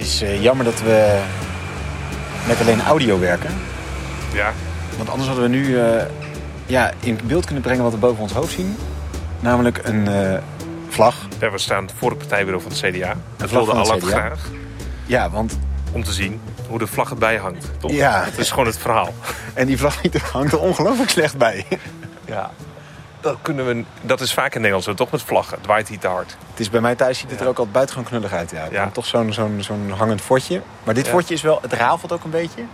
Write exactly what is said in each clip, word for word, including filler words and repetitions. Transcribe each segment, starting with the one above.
is uh, jammer dat we met alleen audio werken. Ja. Want anders hadden we nu uh, ja, in beeld kunnen brengen wat we boven ons hoofd zien. Namelijk een uh, vlag. Ja, we staan voor het partijbureau van het C D A. De vlag van het alle C D A. graag. Ja, want... Om te zien hoe de vlag erbij hangt. Toch? Ja. Het is gewoon het verhaal. En die vlag hangt er ongelooflijk slecht bij. Ja. Dat, kunnen we, dat is vaak in Nederland zo, toch met vlaggen. Het waait niet te hard. Het is bij mij thuis ziet het ja. er ook altijd buitengewoon knullig uit. Ja. Ja. Toch zo'n, zo'n, zo'n hangend fotje. Maar dit ja. fotje is wel... Het rafelt ook een beetje.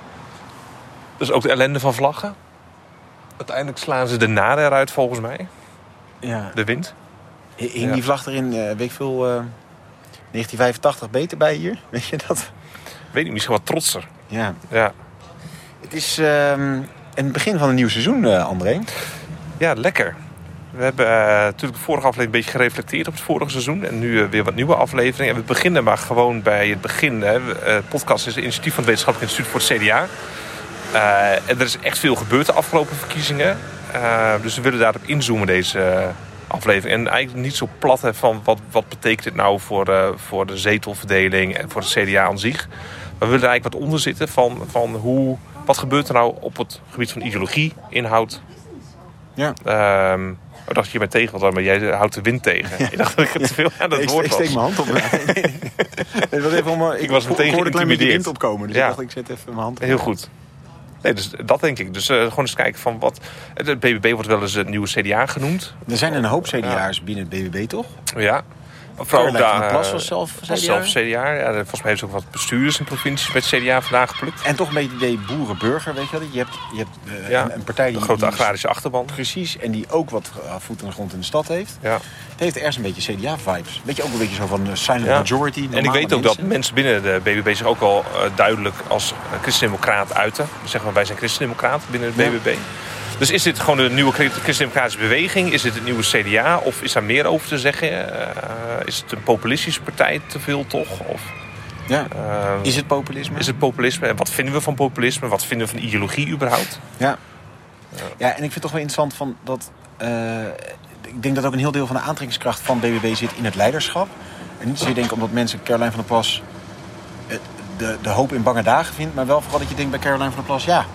Dus ook de ellende van vlaggen. Uiteindelijk slaan ze de naden eruit volgens mij. Ja. De wind. Hing ja. die vlag erin, uh, weet ik veel... Uh, negentien vijfentachtig beter bij hier? Weet je dat? Weet niet, misschien wat trotser. Ja. Ja. Het is uh, het begin van een nieuw seizoen, uh, André. Ja, lekker. We hebben uh, natuurlijk de vorige aflevering een beetje gereflecteerd op het vorige seizoen. En nu uh, weer wat nieuwe afleveringen. En we beginnen maar gewoon bij het begin. Hè. Uh, podcast is een initiatief van het Wetenschappelijk Instituut voor het C D A. Uh, en er is echt veel gebeurd de afgelopen verkiezingen. Uh, dus we willen daarop inzoomen deze uh, aflevering. En eigenlijk niet zo plat hè, van wat, wat betekent dit nou voor, uh, voor de zetelverdeling en voor het C D A aan zich. Maar we willen er eigenlijk wat onder zitten van, van hoe, wat gebeurt er nou op het gebied van ideologie, inhoud. Ja. Uh, ik dacht je bent tegen, want maar jij houdt de wind tegen. Ja. Ik dacht dat ik het te veel aan het ik, woord ik was. steek mijn hand op. Nee, was even om, ik, ik was meteen hoorde een klein beetje geïntimideerd. wind opkomen. Dus ja. ik dacht ik zet even mijn hand op. Heel goed. Nee, dus dat denk ik. Dus uh, gewoon eens kijken van wat... De B B B wordt wel eens het nieuwe C D A genoemd. Er zijn een hoop C D A'ers ja. binnen het B B B, toch? Ja. Caroline van der Plas was zelf C D A. Was zelf C D A. Ja, volgens mij heeft ze ook wat bestuurders in provincies met C D A vandaag geplukt. En toch een beetje de boerenburger, weet je wel? Je hebt, je hebt uh, ja, een, een partij die... Een grote die agrarische achterban. Precies, en die ook wat voet aan de grond in de stad heeft. Ja. Het heeft ergens een beetje C D A-vibes. Weet je, ook een beetje zo van uh, silent ja. majority. En ik weet ook mensen. dat mensen binnen de B B B zich ook al uh, duidelijk als christendemocraat uiten. Dus zeggen we, wij zijn christendemocraat binnen het B B B. Ja. Dus is dit gewoon een nieuwe christendemocratische beweging? Is dit het nieuwe C D A? Of is daar meer over te zeggen? Uh, is het een populistische partij te veel toch? Of, ja. uh, is het populisme? Is het populisme? En wat vinden we van populisme? Wat vinden we van ideologie überhaupt? Ja, uh. ja en ik vind het toch wel interessant van dat... Uh, ik denk dat ook een heel deel van de aantrekkingskracht van B B B zit in het leiderschap. En niet zozeer denken omdat mensen Caroline van der Plas de, de hoop in bange dagen vindt. Maar wel vooral dat je denkt bij Caroline van der Plas... ja.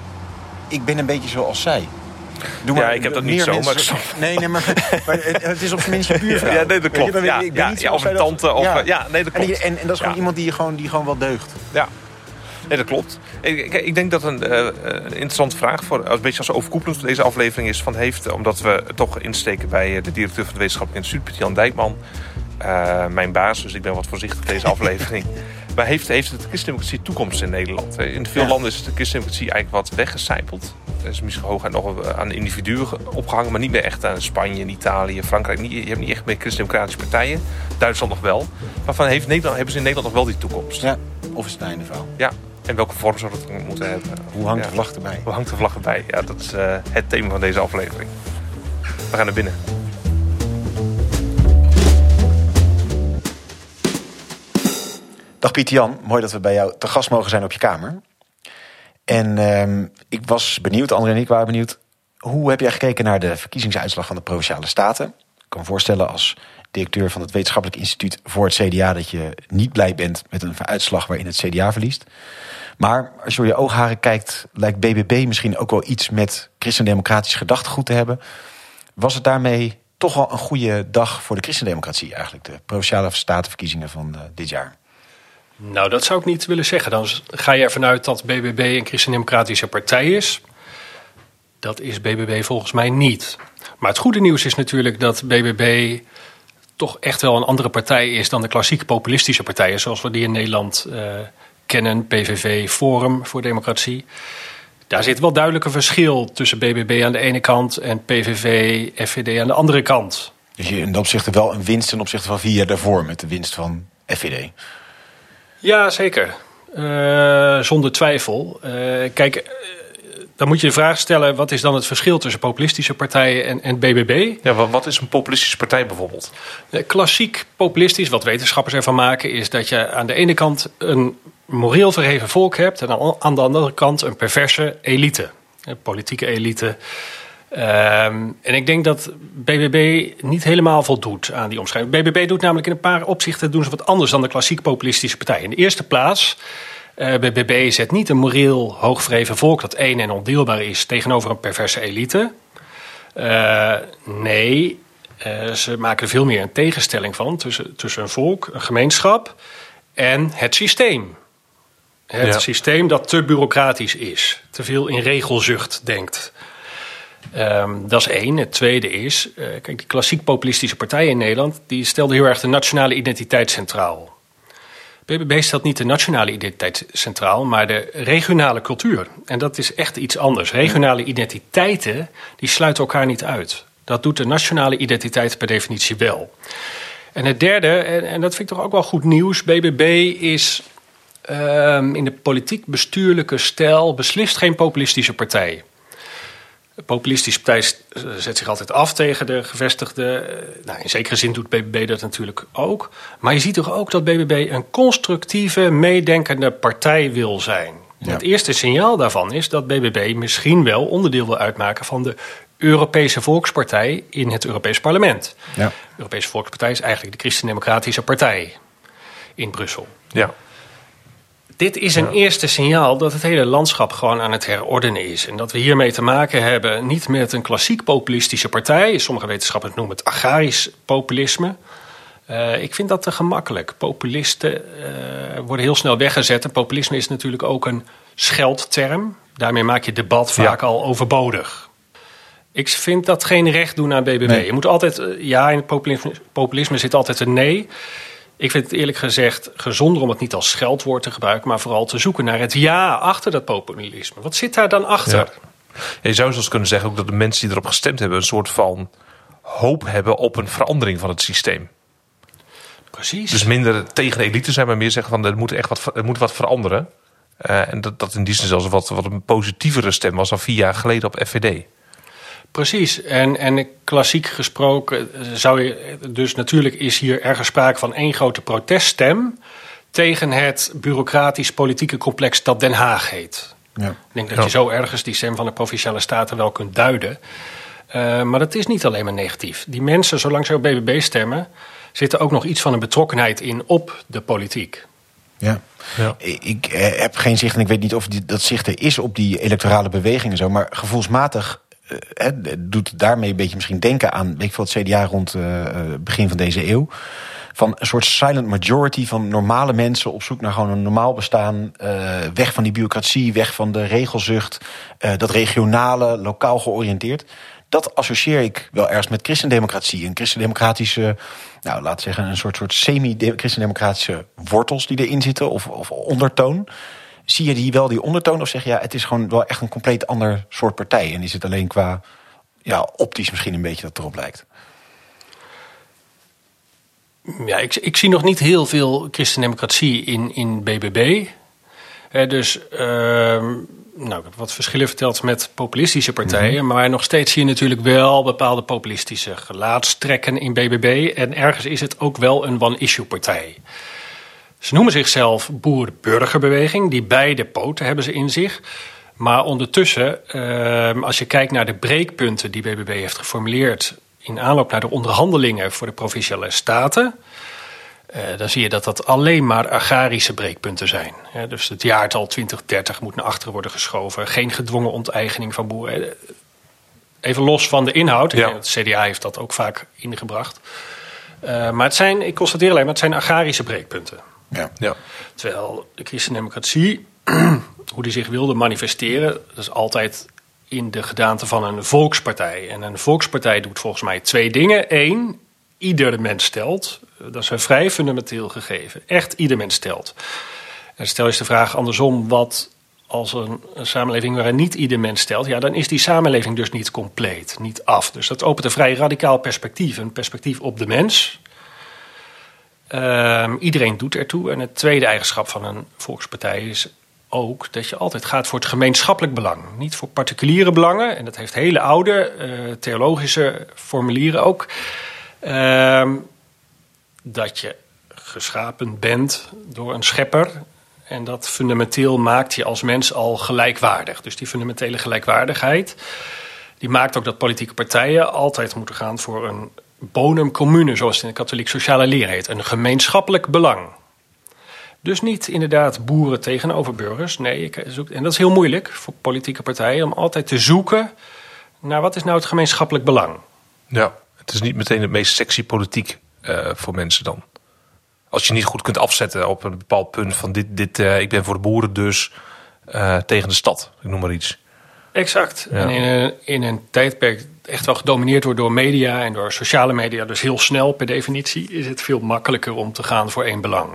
Ik ben een beetje zoals zij. Doe ja, maar, ik heb dat niet zo, maar ik snap... Nee, nee, maar, maar het is op zijn minst je buurvrouw. Ja, nee, dat klopt. Je, ja, ik ben ja, niet ja, of een tante. Of, ja. ja, nee, dat klopt. En, en, en dat is gewoon ja. iemand die gewoon, die gewoon wel deugt. Ja, nee, dat klopt. Ik, ik denk dat een, uh, een interessante vraag, voor, een beetje als overkoepelend voor deze aflevering is... Van heeft, omdat we toch insteken bij de directeur van het Wetenschappelijk Instituut, Jan Dijkman... Uh, mijn baas, dus ik ben wat voorzichtig in deze aflevering... Maar heeft, heeft het christendemocratie toekomst in Nederland? In veel ja. landen is de christendemocratie eigenlijk wat weggecijpeld. Er is misschien hooguit nog aan individuen opgehangen... maar niet meer echt aan Spanje, Italië, Frankrijk. Niet, je hebt niet echt meer christendemocratische partijen. Duitsland nog wel. Maar van heeft Nederland, hebben ze in Nederland nog wel die toekomst? Ja, of is het een einde verhaal? Ja, en welke vorm zou dat moeten hebben? Hoe hangt ja. de vlag erbij? Hoe hangt de vlag erbij? Ja, dat is uh, het thema van deze aflevering. We gaan naar binnen. Dag Pieter-Jan, mooi dat we bij jou te gast mogen zijn op je kamer. En uh, ik was benieuwd, André en ik waren benieuwd... hoe heb jij gekeken naar de verkiezingsuitslag van de Provinciale Staten? Ik kan me voorstellen als directeur van het Wetenschappelijk Instituut voor het C D A... dat je niet blij bent met een uitslag waarin het C D A verliest. Maar als je door je oogharen kijkt... lijkt B B B misschien ook wel iets met christendemocratisch gedachtegoed te hebben. Was het daarmee toch wel een goede dag voor de christendemocratie eigenlijk? De Provinciale Statenverkiezingen van uh, dit jaar. Nou, dat zou ik niet willen zeggen. Dan ga je ervan uit dat B B B een christendemocratische partij is. Dat is B B B volgens mij niet. Maar het goede nieuws is natuurlijk dat B B B toch echt wel een andere partij is... dan de klassieke populistische partijen zoals we die in Nederland uh, kennen. P V V, Forum voor Democratie. Daar zit wel duidelijk een verschil tussen B B B aan de ene kant... en P V V, F V D aan de andere kant. Dus je in dat opzichte wel een winst ten opzichte van vier jaar daarvoor... met de winst van F V D. Ja, zeker. Uh, zonder twijfel. Uh, kijk, uh, dan moet je de vraag stellen... wat is dan het verschil tussen populistische partijen en, en B B B? Ja, wat is een populistische partij bijvoorbeeld? Uh, klassiek populistisch, wat wetenschappers ervan maken... is dat je aan de ene kant een moreel verheven volk hebt... en aan de andere kant een perverse elite. Een politieke elite... Um, en ik denk dat B B B niet helemaal voldoet aan die omschrijving. B B B doet namelijk in een paar opzichten doen ze wat anders dan de klassiek populistische partij. In de eerste plaats, uh, B B B zet niet een moreel hoogverheven volk dat één en ondeelbaar is tegenover een perverse elite. Uh, nee, uh, ze maken er veel meer een tegenstelling van tussen, tussen een volk, een gemeenschap en het systeem. Het ja. systeem dat te bureaucratisch is, te veel in regelzucht denkt. Um, dat is één. Het tweede is, uh, kijk, die klassiek populistische partijen in Nederland, die stelden heel erg de nationale identiteit centraal. B B B stelt niet de nationale identiteit centraal, maar de regionale cultuur. En dat is echt iets anders. Regionale identiteiten, die sluiten elkaar niet uit. Dat doet de nationale identiteit per definitie wel. En het derde, en, en dat vind ik toch ook wel goed nieuws, B B B is um, in de politiek-bestuurlijke stijl beslist geen populistische partij. De populistische partij zet zich altijd af tegen de gevestigde. Nou, in zekere zin doet B B B dat natuurlijk ook. Maar je ziet toch ook dat B B B een constructieve, meedenkende partij wil zijn. Ja. Het eerste signaal daarvan is dat B B B misschien wel onderdeel wil uitmaken van de Europese Volkspartij in het Europees Parlement. Ja. De Europese Volkspartij is eigenlijk de Christen-Democratische Partij in Brussel. Ja. Dit is een ja. eerste signaal dat het hele landschap gewoon aan het herordenen is. En dat we hiermee te maken hebben niet met een klassiek populistische partij. Sommige wetenschappers noemen het agrarisch populisme. Uh, ik vind dat te gemakkelijk. Populisten uh, worden heel snel weggezet. En populisme is natuurlijk ook een scheldterm. Daarmee maak je debat vaak ja. al overbodig. Ik vind dat geen recht doen aan B B B. Nee. Je moet altijd, uh, ja, in het populisme, populisme zit altijd een nee. Ik vind het eerlijk gezegd gezonder om het niet als scheldwoord te gebruiken, maar vooral te zoeken naar het ja achter dat populisme. Wat zit daar dan achter? Ja. Je zou zelfs kunnen zeggen ook dat de mensen die erop gestemd hebben een soort van hoop hebben op een verandering van het systeem. Precies. Dus minder tegen de elite zijn, maar meer zeggen van er moet echt wat, er moet wat veranderen. Uh, en dat, dat in die zin zelfs wat, wat een positievere stem was dan vier jaar geleden op F V D. Precies, en, en klassiek gesproken zou je dus natuurlijk is hier ergens sprake van één grote proteststem tegen het bureaucratisch politieke complex dat Den Haag heet. Ja. Ik denk dat ja. je zo ergens die stem van de Provinciale Staten wel kunt duiden. Uh, maar dat is niet alleen maar negatief. Die mensen, zolang ze op B B B stemmen, zit er ook nog iets van een betrokkenheid in op de politiek. Ja. Ja. Ik eh, heb geen zicht en ik weet niet of die, dat zicht er is op die electorale bewegingen zo, maar gevoelsmatig uh, het doet daarmee een beetje misschien denken aan, weet ik veel, het C D A rond uh, begin van deze eeuw. Van een soort silent majority van normale mensen op zoek naar gewoon een normaal bestaan. Uh, weg van die bureaucratie, weg van de regelzucht. Uh, dat regionale, lokaal georiënteerd. Dat associeer ik wel ergens met christendemocratie. Een christendemocratische, nou laten we zeggen, een soort, soort semi-christendemocratische wortels die erin zitten. Of, of ondertoon. Zie je die wel die ondertoon of zeg je ja, het is gewoon wel echt een compleet ander soort partij. En is het alleen qua ja, optisch misschien een beetje dat het erop lijkt? Ja, ik, ik zie nog niet heel veel christendemocratie in, in B B B. He, dus uh, nou, ik heb wat verschillen verteld met populistische partijen. Mm-hmm. Maar nog steeds zie je natuurlijk wel bepaalde populistische gelaatstrekken in B B B. En ergens is het ook wel een one-issue partij. Ze noemen zichzelf boer-burgerbeweging. Die beide poten hebben ze in zich. Maar ondertussen, uh, als je kijkt naar de breekpunten die B B B heeft geformuleerd in aanloop naar de onderhandelingen voor de Provinciale Staten, Uh, dan zie je dat dat alleen maar agrarische breekpunten zijn. Ja, dus het jaartal twintig dertig moet naar achteren worden geschoven. Geen gedwongen onteigening van boeren. Even los van de inhoud. Ja. Het C D A heeft dat ook vaak ingebracht. Uh, maar het zijn, ik constateer alleen maar, het zijn agrarische breekpunten. Ja. Ja. Terwijl de christendemocratie, hoe die zich wilde manifesteren, dat is altijd in de gedaante van een volkspartij. En een volkspartij doet volgens mij twee dingen. Eén, ieder mens stelt. Dat is een vrij fundamenteel gegeven. Echt ieder mens stelt. En stel je de vraag andersom, wat als een, een samenleving waarin niet ieder mens stelt, ja, dan is die samenleving dus niet compleet, niet af. Dus dat opent een vrij radicaal perspectief. Een perspectief op de mens. Um, iedereen doet ertoe. En het tweede eigenschap van een volkspartij is ook dat je altijd gaat voor het gemeenschappelijk belang. Niet voor particuliere belangen. En dat heeft hele oude uh, theologische formulieren ook. Um, dat je geschapen bent door een schepper. En dat fundamenteel maakt je als mens al gelijkwaardig. Dus die fundamentele gelijkwaardigheid, die maakt ook dat politieke partijen altijd moeten gaan voor een bonum commune, zoals het in de katholiek sociale leer heet. Een gemeenschappelijk belang. Dus niet inderdaad boeren tegenover burgers. Nee, ik zoek, en dat is heel moeilijk voor politieke partijen om altijd te zoeken naar wat is nou het gemeenschappelijk belang. Ja, het is niet meteen het meest sexy politiek uh, voor mensen dan. Als je niet goed kunt afzetten op een bepaald punt van dit, dit uh, ik ben voor de boeren dus uh, tegen de stad. Ik noem maar iets. Exact. Ja. En in een, in een tijdperk echt wel gedomineerd wordt door media en door sociale media, dus heel snel per definitie, is het veel makkelijker om te gaan voor één belang.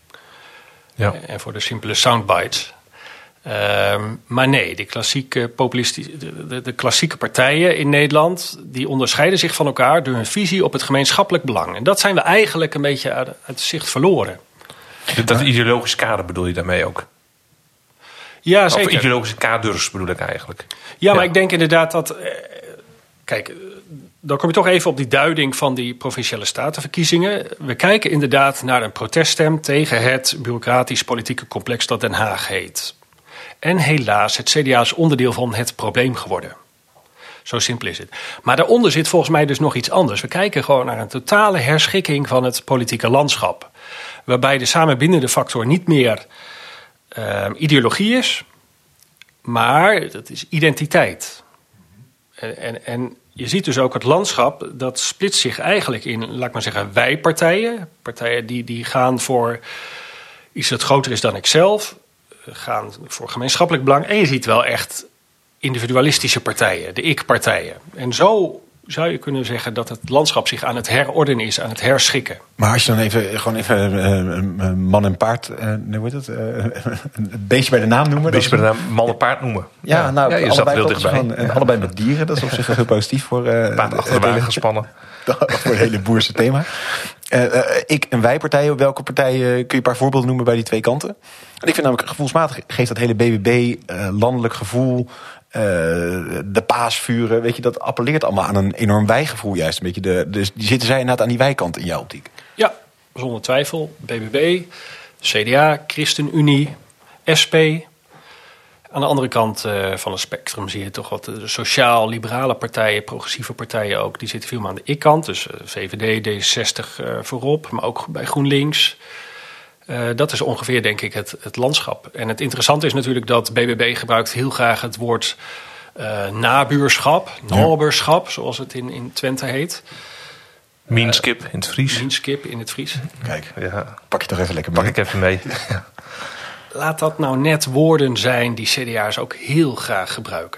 Ja. En voor de simpele soundbites. Um, maar nee, de klassieke, populistische, de, de, de klassieke partijen in Nederland, die onderscheiden zich van elkaar door hun visie op het gemeenschappelijk belang. En dat zijn we eigenlijk een beetje uit, uit het zicht verloren. Dat ideologische kader bedoel je daarmee ook? Ja, zeker. Of ideologische kaders bedoel ik eigenlijk. Ja, ja. maar ik denk inderdaad dat... Kijk, dan kom je toch even op die duiding van die provinciale statenverkiezingen. We kijken inderdaad naar een proteststem tegen het bureaucratisch politieke complex dat Den Haag heet. En helaas, het C D A is onderdeel van het probleem geworden. Zo simpel is het. Maar daaronder zit volgens mij dus nog iets anders. We kijken gewoon naar een totale herschikking van het politieke landschap. Waarbij de samenbindende factor niet meer uh, ideologie is, maar dat is identiteit. En, en, en je ziet dus ook het landschap, dat splitst zich eigenlijk in, laat ik maar zeggen, wij-partijen. Partijen die, die gaan voor iets dat groter is dan ikzelf, gaan voor gemeenschappelijk belang. En je ziet wel echt individualistische partijen, de ik-partijen. En zo zou je kunnen zeggen dat het landschap zich aan het herordenen is, aan het herschikken. Maar als je dan even, gewoon even uh, man en paard, uh, hoe heet het? Uh, een beestje bij de naam noemen. Beestje bij de naam, man en paard noemen. Ja, ja nou, ja, je zat heel dichtbij. Van, en allebei met dieren, dat is op zich heel positief voor uh, paard achter de wagen gespannen. Voor het hele boerse thema. Uh, uh, ik en wij-partijen, welke partijen kun je een paar voorbeelden noemen bij die twee kanten? En ik vind namelijk gevoelsmatig geeft dat hele B B B uh, landelijk gevoel. Uh, de paasvuren, weet je, dat appelleert allemaal aan een enorm wijgevoel juist. Een beetje de, dus die zitten zij inderdaad aan die wijkant in jouw optiek? Ja, zonder twijfel. B B B, C D A, ChristenUnie, S P. Aan de andere kant uh, van het spectrum zie je toch wat de sociaal-liberale partijen, progressieve partijen ook. Die zitten veel meer aan de ik-kant. Dus uh, V V D, D zesenzestig uh, voorop, maar ook bij GroenLinks. Uh, dat is ongeveer, denk ik, het, het landschap. En het interessante is natuurlijk dat B B B gebruikt heel graag het woord uh, nabuurschap, naberschap, zoals het in, in Twente heet. Meanskip in het Fries. Meanskip in het Fries. Kijk, ja. Pak je toch even lekker mee. Pak ik even mee. Ja. Laat dat nou net woorden zijn die C D A'ers ook heel graag gebruiken.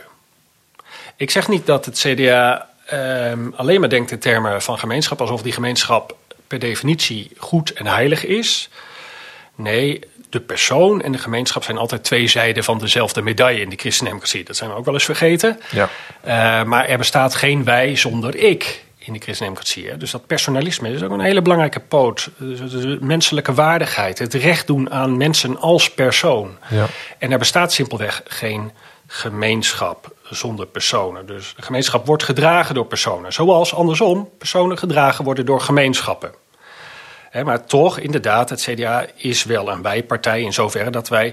Ik zeg niet dat het C D A um, alleen maar denkt in termen van gemeenschap, alsof die gemeenschap per definitie goed en heilig is. Nee, de persoon en de gemeenschap zijn altijd twee zijden van dezelfde medaille in de christendemocratie. Dat zijn we ook wel eens vergeten. Ja. Uh, maar er bestaat geen wij zonder ik in de christendemocratie. Hè. Dus dat personalisme is ook een hele belangrijke poot. Dus de menselijke waardigheid, het recht doen aan mensen als persoon. Ja. En er bestaat simpelweg geen gemeenschap zonder personen. Dus de gemeenschap wordt gedragen door personen. Zoals andersom personen gedragen worden door gemeenschappen. He, maar toch, inderdaad, het C D A is wel een wij-partij in zoverre dat wij,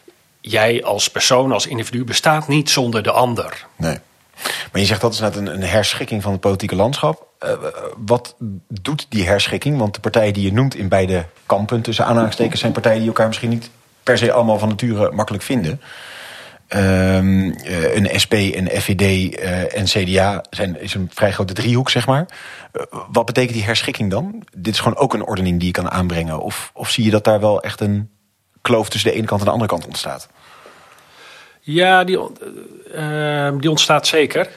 jij als persoon, als individu, bestaat niet zonder de ander. Nee. Maar je zegt dat is net een, een herschikking van het politieke landschap. Uh, wat doet die herschikking? Want de partijen die je noemt in beide kampen, tussen aanhalingstekens, zijn partijen die elkaar misschien niet per se allemaal van nature makkelijk vinden. Um, uh, een S P, een F V D uh, en C D A zijn, is een vrij grote driehoek, zeg maar. Uh, wat betekent die herschikking dan? Dit is gewoon ook een ordening die je kan aanbrengen. Of, of zie je dat daar wel echt een kloof tussen de ene kant en de andere kant ontstaat? Ja, die, uh, die ontstaat zeker.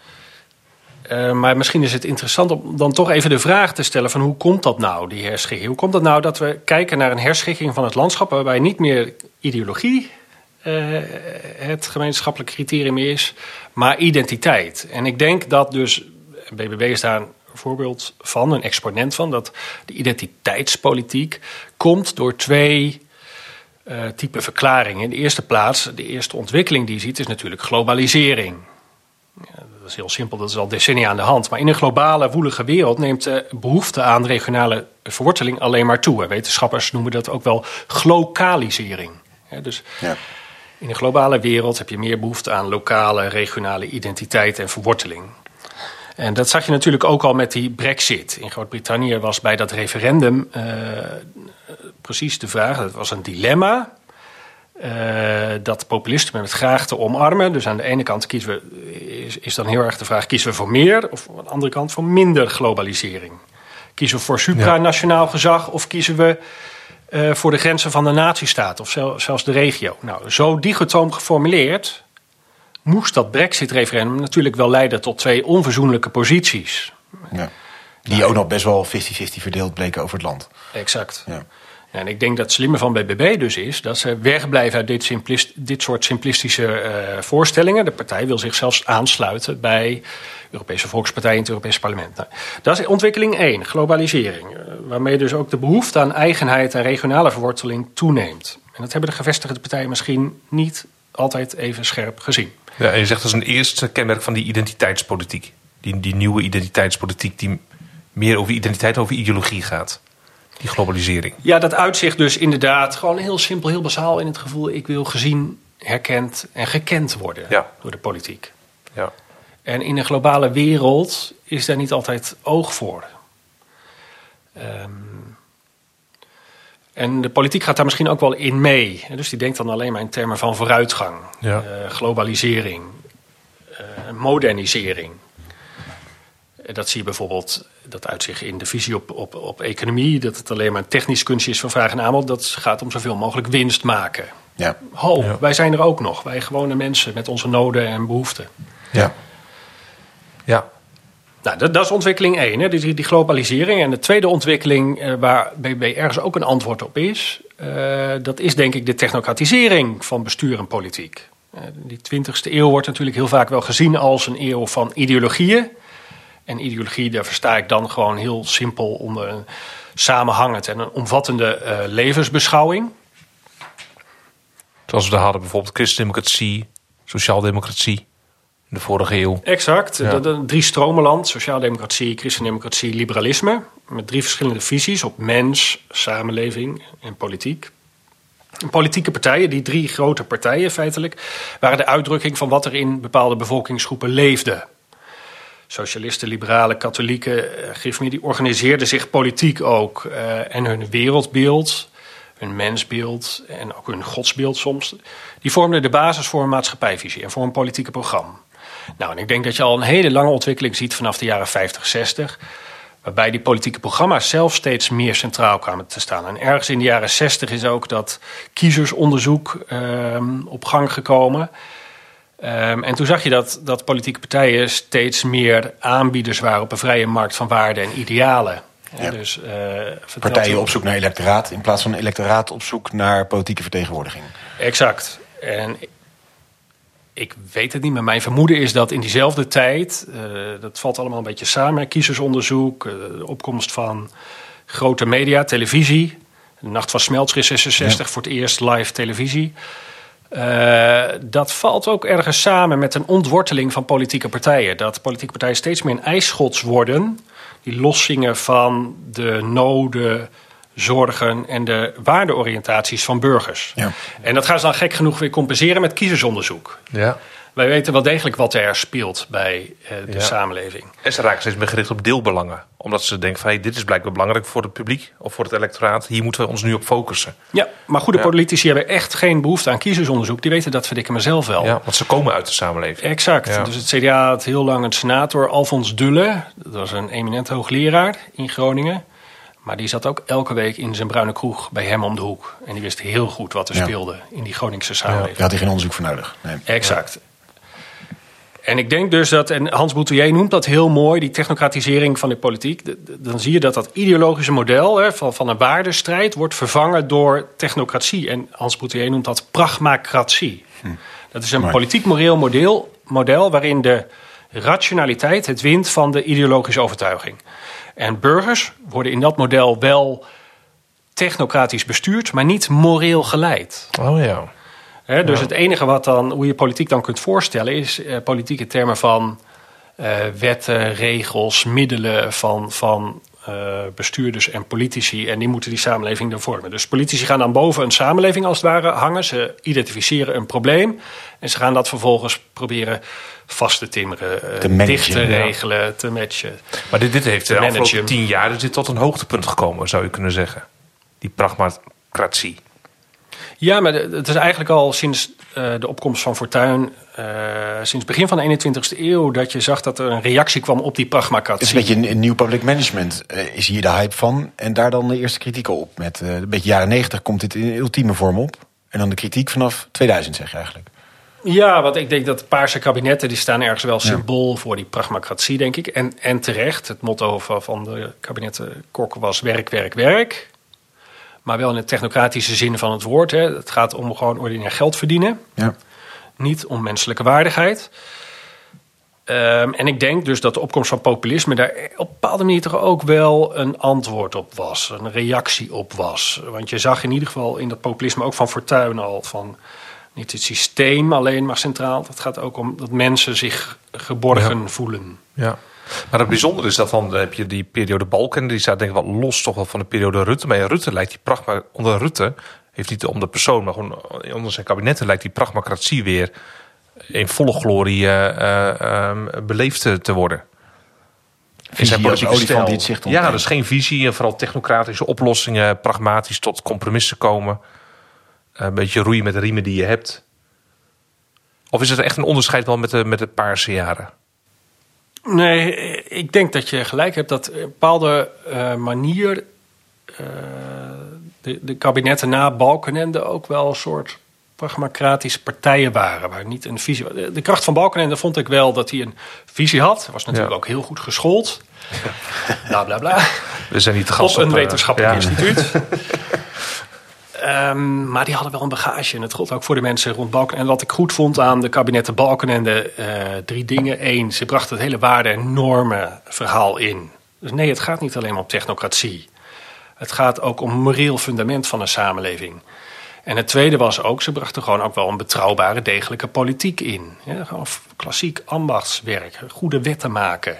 Uh, maar misschien is het interessant om dan toch even de vraag te stellen van hoe komt dat nou, die herschikking? Hoe komt dat nou dat we kijken naar een herschikking van het landschap waarbij niet meer ideologie Uh, het gemeenschappelijk criterium is, maar identiteit. En ik denk dat dus, B B B is daar een voorbeeld van, een exponent van, dat de identiteitspolitiek komt door twee uh, typen verklaringen. In de eerste plaats, de eerste ontwikkeling die je ziet, is natuurlijk globalisering. Ja, dat is heel simpel, dat is al decennia aan de hand. Maar in een globale, woelige wereld neemt de behoefte aan regionale verworteling alleen maar toe. Wetenschappers noemen dat ook wel glokalisering. Ja, dus... Ja. In de globale wereld heb je meer behoefte aan lokale, regionale identiteit en verworteling. En dat zag je natuurlijk ook al met die Brexit. In Groot-Brittannië was bij dat referendum uh, precies de vraag, dat was een dilemma, uh, dat populisten men het graag te omarmen. Dus aan de ene kant kiezen we, is, is dan heel erg de vraag, kiezen we voor meer of aan de andere kant voor minder globalisering? Kiezen we voor supranationaal gezag of kiezen we uh, voor de grenzen van de natiestaat of zel, zelfs de regio? Nou, zo dichotoom geformuleerd moest dat Brexit-referendum natuurlijk wel leiden tot twee onverzoenlijke posities. Ja. Die nou, ook nog best wel vijftig vijftig verdeeld bleken over het land. Exact. Ja. En ik denk dat het slimme van B B B dus is dat ze wegblijven uit dit, simplist, dit soort simplistische uh, voorstellingen. De partij wil zich zelfs aansluiten bij de Europese Volkspartij in het Europese parlement. Nou, dat is ontwikkeling één, globalisering. Uh, waarmee dus ook de behoefte aan eigenheid en regionale verworteling toeneemt. En dat hebben de gevestigde partijen misschien niet altijd even scherp gezien. Ja, en je zegt dat is een eerste kenmerk van die identiteitspolitiek. Die, die nieuwe identiteitspolitiek die meer over identiteit, over ideologie gaat. Die globalisering. Ja, dat uitzicht dus inderdaad gewoon heel simpel, heel basaal in het gevoel, ik wil gezien, herkend en gekend worden ja. door de politiek. Ja. En in een globale wereld is daar niet altijd oog voor. Um, en de politiek gaat daar misschien ook wel in mee. Dus die denkt dan alleen maar in termen van vooruitgang, ja. uh, globalisering, uh, modernisering. Dat zie je bijvoorbeeld, dat uitzicht in de visie op, op, op economie, dat het alleen maar een technisch kunstje is van vraag en aanbod. Dat gaat om zoveel mogelijk winst maken. Ja. Ho, ja. wij zijn er ook nog. Wij gewone mensen met onze noden en behoeften. Ja. Ja. Nou, dat, dat is ontwikkeling één, hè, die, die globalisering. En de tweede ontwikkeling, uh, waar B B B ergens ook een antwoord op is, uh, dat is denk ik de technocratisering van bestuur en politiek. Uh, die twintigste eeuw wordt natuurlijk heel vaak wel gezien als een eeuw van ideologieën. En ideologie, daar versta ik dan gewoon heel simpel onder een samenhangend en een omvattende uh, levensbeschouwing. Zoals we daar hadden bijvoorbeeld christendemocratie, sociaaldemocratie in de vorige eeuw. Exact, ja. de, de drie stromenland, sociaaldemocratie, christendemocratie, liberalisme. Met drie verschillende visies op mens, samenleving en politiek. En politieke partijen, die drie grote partijen feitelijk, waren de uitdrukking van wat er in bepaalde bevolkingsgroepen leefde. Socialisten, liberalen, katholieken, uh, geef me, die organiseerden zich politiek ook. Uh, en hun wereldbeeld, hun mensbeeld en ook hun godsbeeld soms, die vormden de basis voor een maatschappijvisie en voor een politieke programma. Nou, en ik denk dat je al een hele lange ontwikkeling ziet vanaf de jaren vijftig, zestig... waarbij die politieke programma's zelf steeds meer centraal kwamen te staan. En ergens in de jaren zestig is ook dat kiezersonderzoek uh, op gang gekomen. Um, en toen zag je dat, dat politieke partijen steeds meer aanbieders waren op een vrije markt van waarden en idealen. Ja. Dus, uh, partijen op zoek naar electoraat in plaats van electoraat op zoek naar politieke vertegenwoordiging. Exact. En ik weet het niet, maar mijn vermoeden is dat in diezelfde tijd, uh, dat valt allemaal een beetje samen, kiezersonderzoek, uh, de opkomst van grote media, televisie. De Nacht van Smeltzer in zesenzestig, ja. Voor het eerst live televisie. Uh, dat valt ook ergens samen met een ontworteling van politieke partijen. Dat politieke partijen steeds meer een ijsschots worden, die loszingen van de noden, zorgen en de waardeoriëntaties van burgers. Ja. En dat gaan ze dan gek genoeg weer compenseren met kiezersonderzoek. Ja. Wij weten wel degelijk wat er speelt bij uh, de ja. samenleving. En ze raken steeds meer gericht op deelbelangen. Omdat ze denken van hey, dit is blijkbaar belangrijk voor het publiek of voor het electoraat. Hier moeten we ons nu op focussen. Ja, maar goede ja. politici hebben echt geen behoefte aan kiezersonderzoek. Die weten dat verdikken mezelf wel. Ja, want ze komen uit de samenleving. Exact. Ja. Dus het C D A had heel lang een senator, Alfons Dulle. Dat was een eminent hoogleraar in Groningen. Maar die zat ook elke week in zijn bruine kroeg bij hem om de hoek. En die wist heel goed wat er ja. speelde in die Groningse samenleving. Daar had hij geen onderzoek voor nodig. Nee. Exact. Ja. En ik denk dus dat, en Hans Boutelier noemt dat heel mooi, die technocratisering van de politiek. Dan zie je dat dat ideologische model hè, van, van een waardestrijd wordt vervangen door technocratie. En Hans Boutelier noemt dat pragmacratie. Hm. Dat is een maar. politiek-moreel model, model waarin de rationaliteit het wint van de ideologische overtuiging. En burgers worden in dat model wel technocratisch bestuurd, maar niet moreel geleid. Oh ja. He, dus ja. het enige wat dan, hoe je politiek dan kunt voorstellen, is uh, politiek in termen van uh, wetten, regels, middelen van, van uh, bestuurders en politici. En die moeten die samenleving dan vormen. Dus politici gaan dan boven een samenleving als het ware hangen. Ze identificeren een probleem. En ze gaan dat vervolgens proberen vast te timmeren. Uh, te managen, dicht te ja. regelen, te matchen. Maar dit, dit heeft de managen. afgelopen tien jaar is dit tot een hoogtepunt gekomen, zou je kunnen zeggen. Die pragmacratie. Ja, maar het is eigenlijk al sinds uh, de opkomst van Fortuyn, uh, sinds het begin van de eenentwintigste eeuw, dat je zag dat er een reactie kwam op die pragmacratie. Het is een beetje een, een nieuw public management, uh, is hier de hype van. En daar dan de eerste kritiek op. Met uh, een beetje jaren negentig komt dit in ultieme vorm op. En dan de kritiek vanaf tweeduizend, zeg je eigenlijk. Ja, want ik denk dat de paarse kabinetten, die staan ergens wel symbool ja. voor die pragmacratie, denk ik. En, en terecht, het motto van de kabinetten Kok was werk, werk, werk. Maar wel in de technocratische zin van het woord. Hè. Het gaat om gewoon ordinair geld verdienen. Ja. Niet om menselijke waardigheid. Um, en ik denk dus dat de opkomst van populisme daar op een bepaalde manier toch ook wel een antwoord op was. Een reactie op was. Want je zag in ieder geval in dat populisme ook van Fortuyn al van niet het systeem alleen maar centraal. Het gaat ook om dat mensen zich geborgen ja. voelen. Ja. Maar het bijzondere is dat dan heb je die periode Balkenende, die staat denk ik wat los toch wel van de periode Rutte. Maar Rutte lijkt die pragma, onder Rutte, heeft niet om de persoon, maar gewoon onder zijn kabinetten lijkt die pragmacratie weer in volle glorie uh, uh, beleefd te worden. In zijn politieke olifant die het zicht ontneemt. Ja, dus geen visie en vooral technocratische oplossingen, pragmatisch tot compromissen komen. Een beetje roeien met de riemen die je hebt. Of is het echt een onderscheid wel met de, met de paarse jaren? Nee, ik denk dat je gelijk hebt dat op een bepaalde uh, manier uh, de, de kabinetten na Balkenende ook wel een soort pragmacratische partijen waren. Waar niet een visie. De, de kracht van Balkenende vond ik wel dat hij een visie had. Hij was natuurlijk ja. ook heel goed geschoold. Bla bla bla. We zijn niet te gast op een op, wetenschappelijk ja. instituut. Um, maar die hadden wel een bagage. En het gold ook voor de mensen rond Balkenende. En wat ik goed vond aan de kabinetten Balkenende, uh, drie dingen. Eén, ze brachten het hele waarde- en normenverhaal in. Dus nee, het gaat niet alleen om technocratie. Het gaat ook om een moreel fundament van een samenleving. En het tweede was ook, ze brachten gewoon ook wel een betrouwbare, degelijke politiek in. Ja, gewoon klassiek ambachtswerk, goede wetten maken.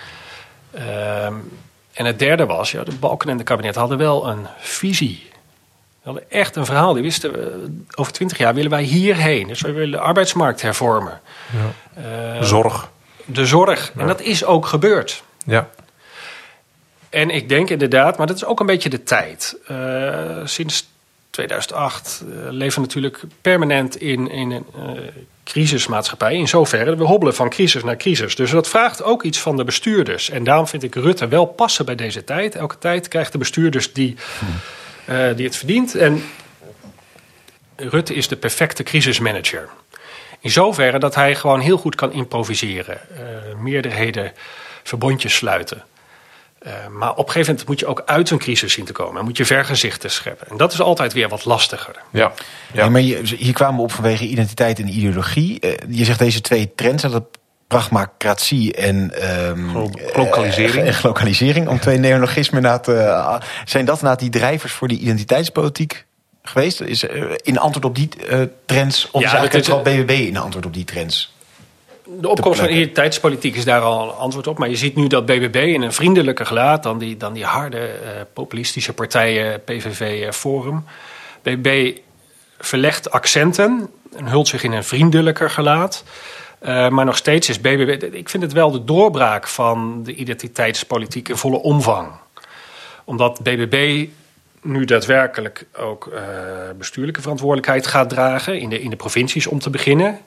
Um, en het derde was, ja, de Balkenende kabinet hadden wel een visie. We hadden echt een verhaal. Die wisten we, over twintig jaar willen wij hierheen. Dus we willen de arbeidsmarkt hervormen. Ja. Uh, zorg. De zorg. Ja. En dat is ook gebeurd. Ja. En ik denk inderdaad, maar dat is ook een beetje de tijd. Uh, sinds tweeduizend acht uh, leven we natuurlijk permanent in, in een uh, crisismaatschappij. In zoverre, we hobbelen van crisis naar crisis. Dus dat vraagt ook iets van de bestuurders. En daarom vind ik Rutte wel passen bij deze tijd. Elke tijd krijgt de bestuurders die... Hm. Uh, die het verdient. En Rutte is de perfecte crisismanager. In zoverre dat hij gewoon heel goed kan improviseren. Uh, meerderheden, verbondjes sluiten. Uh, maar op een gegeven moment moet je ook uit een crisis zien te komen. En moet je vergezichten scheppen. En dat is altijd weer wat lastiger. Ja. Ja. Ja, maar je, hier kwamen we op vanwege identiteit en ideologie. Uh, je zegt deze twee trends, dat pragmacratie en um, globalisering. Uh, en globalisering, om twee neologismen na te... Uh, zijn dat na die drijvers voor die identiteitspolitiek geweest? Is uh, in antwoord op die uh, trends? Of ja, is eigenlijk vooral B B B in antwoord op die trends? De opkomst van identiteitspolitiek is daar al een antwoord op. Maar je ziet nu dat B B B in een vriendelijker gelaat dan die, dan die harde uh, populistische partijen, P V V, uh, Forum. B B B verlegt accenten en hult zich in een vriendelijker gelaat. Uh, maar nog steeds is B B B... Ik vind het wel de doorbraak van de identiteitspolitiek in volle omvang. Omdat B B B nu daadwerkelijk ook uh, bestuurlijke verantwoordelijkheid gaat dragen... in de, in de provincies om te beginnen.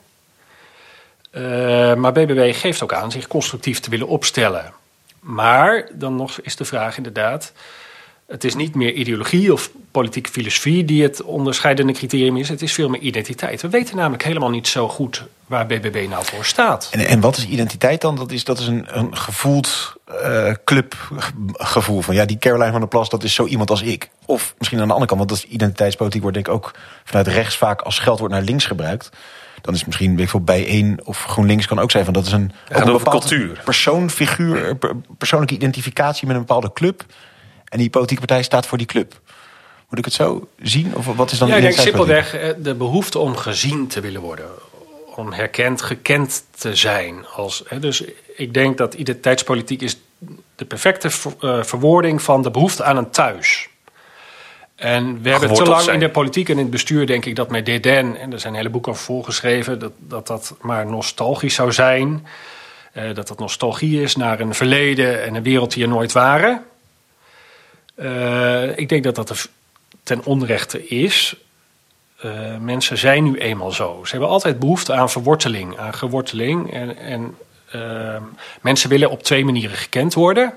Uh, maar B B B geeft ook aan zich constructief te willen opstellen. Maar dan nog is de vraag inderdaad... Het is niet meer ideologie of politieke filosofie die het onderscheidende criterium is. Het is veel meer identiteit. We weten namelijk helemaal niet zo goed waar B B B nou voor staat. En, en wat is identiteit dan? Dat is, dat is een, een gevoeld uh, clubgevoel van... ja, die Caroline van der Plas, dat is zo iemand als ik. Of misschien aan de andere kant, want dat is identiteitspolitiek... wordt denk ik ook vanuit rechts vaak als scheldwoord naar links gebruikt. Dan is misschien, weet ik veel, bijeen of GroenLinks kan ook zijn... van dat is een, ja, ook een bepaalde cultuur. persoon, figuur, persoonlijke identificatie met een bepaalde club... En die politieke partij staat voor die club. Moet ik het zo zien? Of wat is dan ja, de ik denk simpelweg de behoefte om gezien te willen worden. Om herkend, gekend te zijn. Als, hè, dus ik denk dat identiteitspolitiek is de perfecte ver, uh, verwoording van de behoefte aan een thuis. En we hebben te lang zijn. in de politiek en in het bestuur, denk ik, dat met dédain, en er zijn hele boeken over volgeschreven, dat, dat dat maar nostalgisch zou zijn. Uh, dat dat nostalgie is naar een verleden en een wereld die er nooit waren. Uh, ik denk dat dat er ten onrechte is. Uh, mensen zijn nu eenmaal zo. Ze hebben altijd behoefte aan verworteling, aan geworteling. En, en uh, mensen willen op twee manieren gekend worden.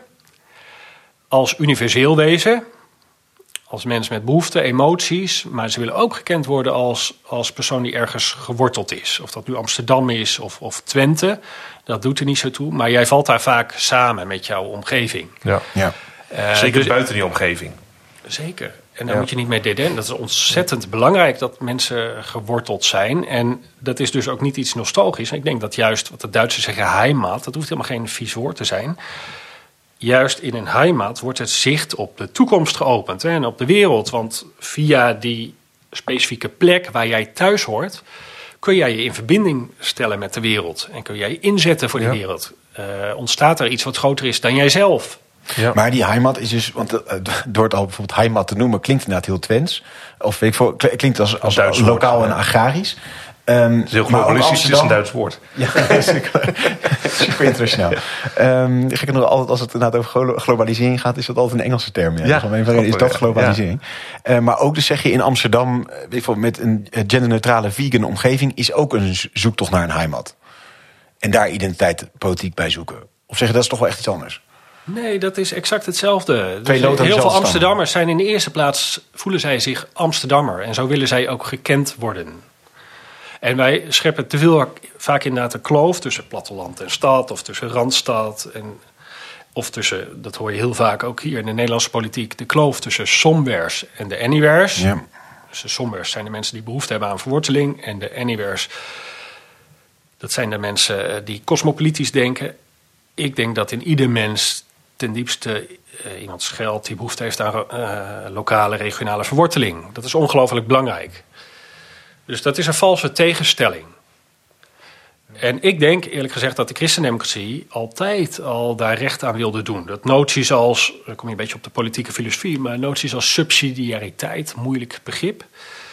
Als universeel wezen, als mens met behoeften, emoties. Maar ze willen ook gekend worden als, als persoon die ergens geworteld is. Of dat nu Amsterdam is of, of Twente, dat doet er niet zo toe. Maar jij valt daar vaak samen met jouw omgeving. Ja. Ja. Uh, Zeker dus, buiten die omgeving. Zeker. En daar ja. moet je niet mee dédain. Dat is ontzettend belangrijk dat mensen geworteld zijn. En dat is dus ook niet iets nostalgisch. Ik denk dat juist, wat de Duitsers zeggen, heimat, dat hoeft helemaal geen vies woord te zijn. Juist in een heimat wordt het zicht op de toekomst geopend, hè, en op de wereld. Want via die specifieke plek waar jij thuis hoort, kun jij je in verbinding stellen met de wereld. En kun jij je inzetten voor die ja. wereld. Uh, ontstaat er iets wat groter is dan jijzelf. Ja. Maar die heimat is dus, want uh, door het al bijvoorbeeld heimat te noemen, klinkt inderdaad heel Twents. Of weet ik veel, klinkt als, als, als lokaal woord, en agrarisch. Um, het is heel globalistisch, het is een Duits woord. Ja, super, super internationaal. Um, gek genoeg, altijd als het inderdaad over globalisering gaat, is dat altijd een Engelse term. Ja, ja, dus is dat globalisering. Ja. Uh, maar ook dus zeg je in Amsterdam, weet je, met een genderneutrale vegan omgeving, is ook een zoektocht naar een heimat. En daar identiteit politiek bij zoeken. Of zeg je, dat is toch wel echt iets anders? Nee, dat is exact hetzelfde. Dus heel veel Amsterdammers zijn in de eerste plaats, voelen zij zich Amsterdammer. En zo willen zij ook gekend worden. En wij scheppen te veel, vaak inderdaad een kloof tussen platteland en stad, of tussen Randstad. En, of tussen, dat hoor je heel vaak ook hier in de Nederlandse politiek, de kloof tussen somewheres en de anywheres. Ja. Dus de somewheres zijn de mensen die behoefte hebben aan verworteling. En de anywheres, dat zijn de mensen die cosmopolitisch denken. Ik denk dat in ieder mens ten diepste uh, iemand schuilt die behoefte heeft aan uh, lokale, regionale verworteling. Dat is ongelooflijk belangrijk. Dus dat is een valse tegenstelling. En ik denk eerlijk gezegd dat de christendemocratie altijd al daar recht aan wilde doen. Dat noties als, dan kom je een beetje op de politieke filosofie, maar noties als subsidiariteit, moeilijk begrip.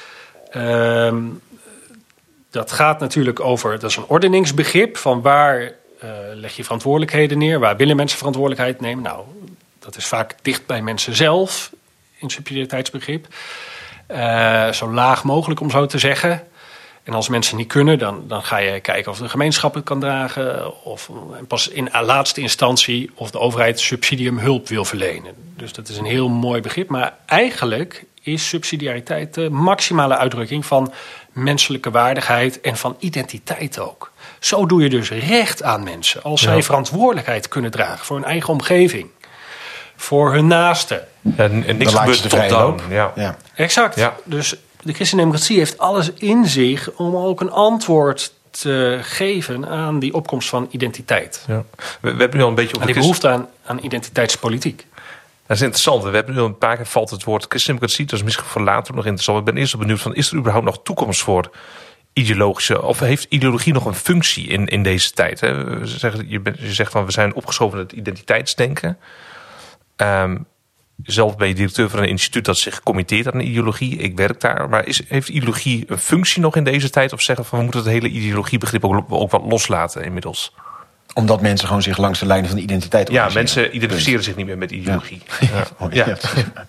Um, dat gaat natuurlijk over, dat is een ordeningsbegrip van waar uh, leg je verantwoordelijkheden neer, waar willen mensen verantwoordelijkheid nemen. Nou, dat is vaak dicht bij mensen zelf in subsidiariteitsbegrip. Uh, zo laag mogelijk, om zo te zeggen. En als mensen niet kunnen, dan, dan ga je kijken of de gemeenschap het kan dragen. Of en pas in laatste instantie of de overheid subsidium hulp wil verlenen. Dus dat is een heel mooi begrip. Maar eigenlijk is subsidiariteit de maximale uitdrukking van menselijke waardigheid en van identiteit ook. Zo doe je dus recht aan mensen. Als zij ja. verantwoordelijkheid kunnen dragen voor hun eigen omgeving. Voor hun naasten. En, en niks gebeurt top-down. Ja. Ja. Exact. Ja. Dus de christendemocratie heeft alles in zich om ook een antwoord te geven aan die opkomst van identiteit. Ja. We, we hebben nu al een beetje op aan die behoefte aan, aan identiteitspolitiek. Dat is interessant. We hebben nu al een paar keer valt het woord christendemocratie. Dat is misschien voor later nog interessant. Ik ben eerst benieuwd van, is er überhaupt nog toekomst voor ideologische, of heeft ideologie nog een functie in, in deze tijd? Hè? We zeggen, je, bent, je zegt van we zijn opgeschoven in het identiteitsdenken. Um, zelf ben je directeur van een instituut dat zich committeert aan ideologie. Ik werk daar. Maar is, heeft ideologie een functie nog in deze tijd? Of zeggen van we moeten het hele ideologiebegrip ook, ook wat loslaten inmiddels? Omdat mensen gewoon zich langs de lijnen van de identiteit ja, mensen identificeren Punt. zich niet meer met ideologie. Ja, ja. oh, ja. ja.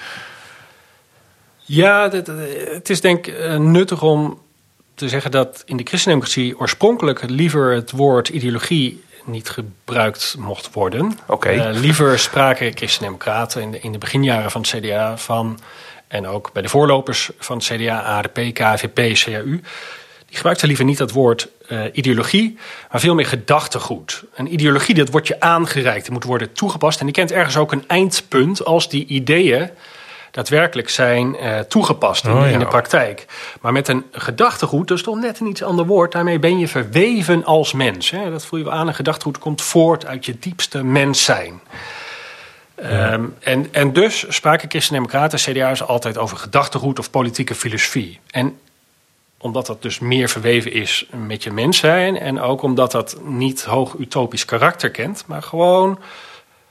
ja dat, het is denk ik nuttig om te zeggen dat in de christendemocratie oorspronkelijk liever het woord ideologie niet gebruikt mocht worden. Okay. Uh, liever spraken christendemocraten in de, in de beginjaren van het C D A van, en ook bij de voorlopers van het C D A, A R P, K V P, C A U, die gebruikten liever niet dat woord uh, ideologie, maar veel meer gedachtegoed. Een ideologie, dat wordt je aangereikt, die moet worden toegepast en die kent ergens ook een eindpunt als die ideeën daadwerkelijk zijn uh, toegepast in, oh, ja. in de praktijk. Maar met een gedachtegoed, dat is toch net een iets ander woord. Daarmee ben je verweven als mens. Hè? Dat voel je wel aan. Een gedachtegoed komt voort uit je diepste mens zijn. Ja. Um, en, en dus spraken christendemocraten, C D A's altijd over gedachtegoed of politieke filosofie. En omdat dat dus meer verweven is met je mens zijn en ook omdat dat niet hoog utopisch karakter kent, maar gewoon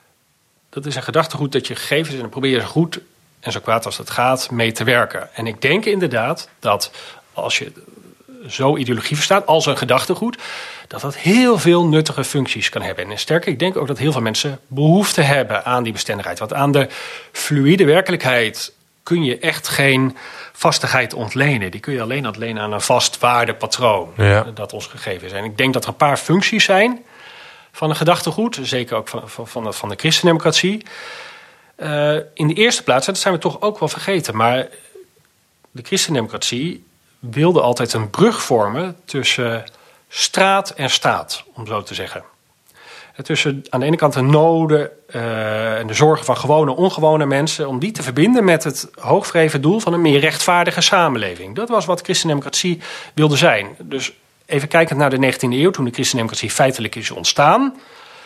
dat is een gedachtegoed dat je gegeven is en dan probeer je zo goed en zo kwaad als het gaat mee te werken. En ik denk inderdaad dat als je zo ideologie verstaat als een gedachtegoed, dat dat heel veel nuttige functies kan hebben. En sterker, ik denk ook dat heel veel mensen behoefte hebben aan die bestendigheid. Want aan de fluïde werkelijkheid kun je echt geen vastigheid ontlenen. Die kun je alleen ontlenen aan een vast waardepatroon ja. dat ons gegeven is. En ik denk dat er een paar functies zijn van een gedachtegoed, zeker ook van, van, van, de, van de christendemocratie. Uh, in de eerste plaats, dat zijn we toch ook wel vergeten, maar de christendemocratie wilde altijd een brug vormen tussen straat en staat, om zo te zeggen. Tussen aan de ene kant de noden uh, en de zorgen van gewone, ongewone mensen, om die te verbinden met het hoogvreven doel van een meer rechtvaardige samenleving. Dat was wat christendemocratie wilde zijn. Dus even kijkend naar de negentiende eeuw, toen de christendemocratie feitelijk is ontstaan.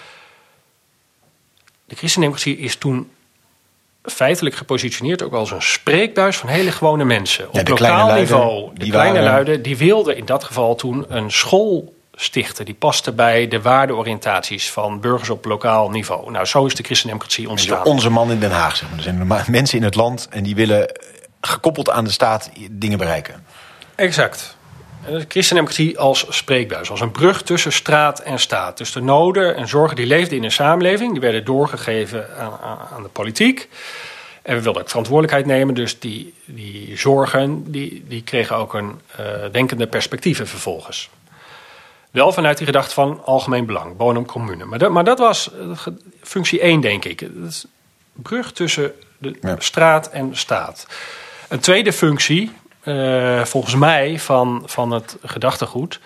De christendemocratie is toen feitelijk gepositioneerd ook als een spreekbuis van hele gewone mensen. Op ja, lokaal luiden, niveau. De die kleine waren... luiden, die wilden in dat geval toen een school stichten. Die paste bij de waardeoriëntaties van burgers op lokaal niveau. Nou, zo is de christendemocratie ontstaan. Onze man in Den Haag, zeg maar. Er zijn mensen in het land en die willen gekoppeld aan de staat dingen bereiken. Exact. De christendemocratie als spreekbuis, als een brug tussen straat en staat. Dus de noden en zorgen die leefden in een samenleving, die werden doorgegeven aan, aan de politiek. En we wilden ook verantwoordelijkheid nemen, dus die, die zorgen die, die kregen ook een uh, denkende perspectieven vervolgens. Wel vanuit die gedachte van algemeen belang, bonum commune. Maar dat, maar dat was functie één, denk ik. Dat is brug tussen de ja. straat en staat. Een tweede functie, uh, volgens mij, van, van het gedachtegoed,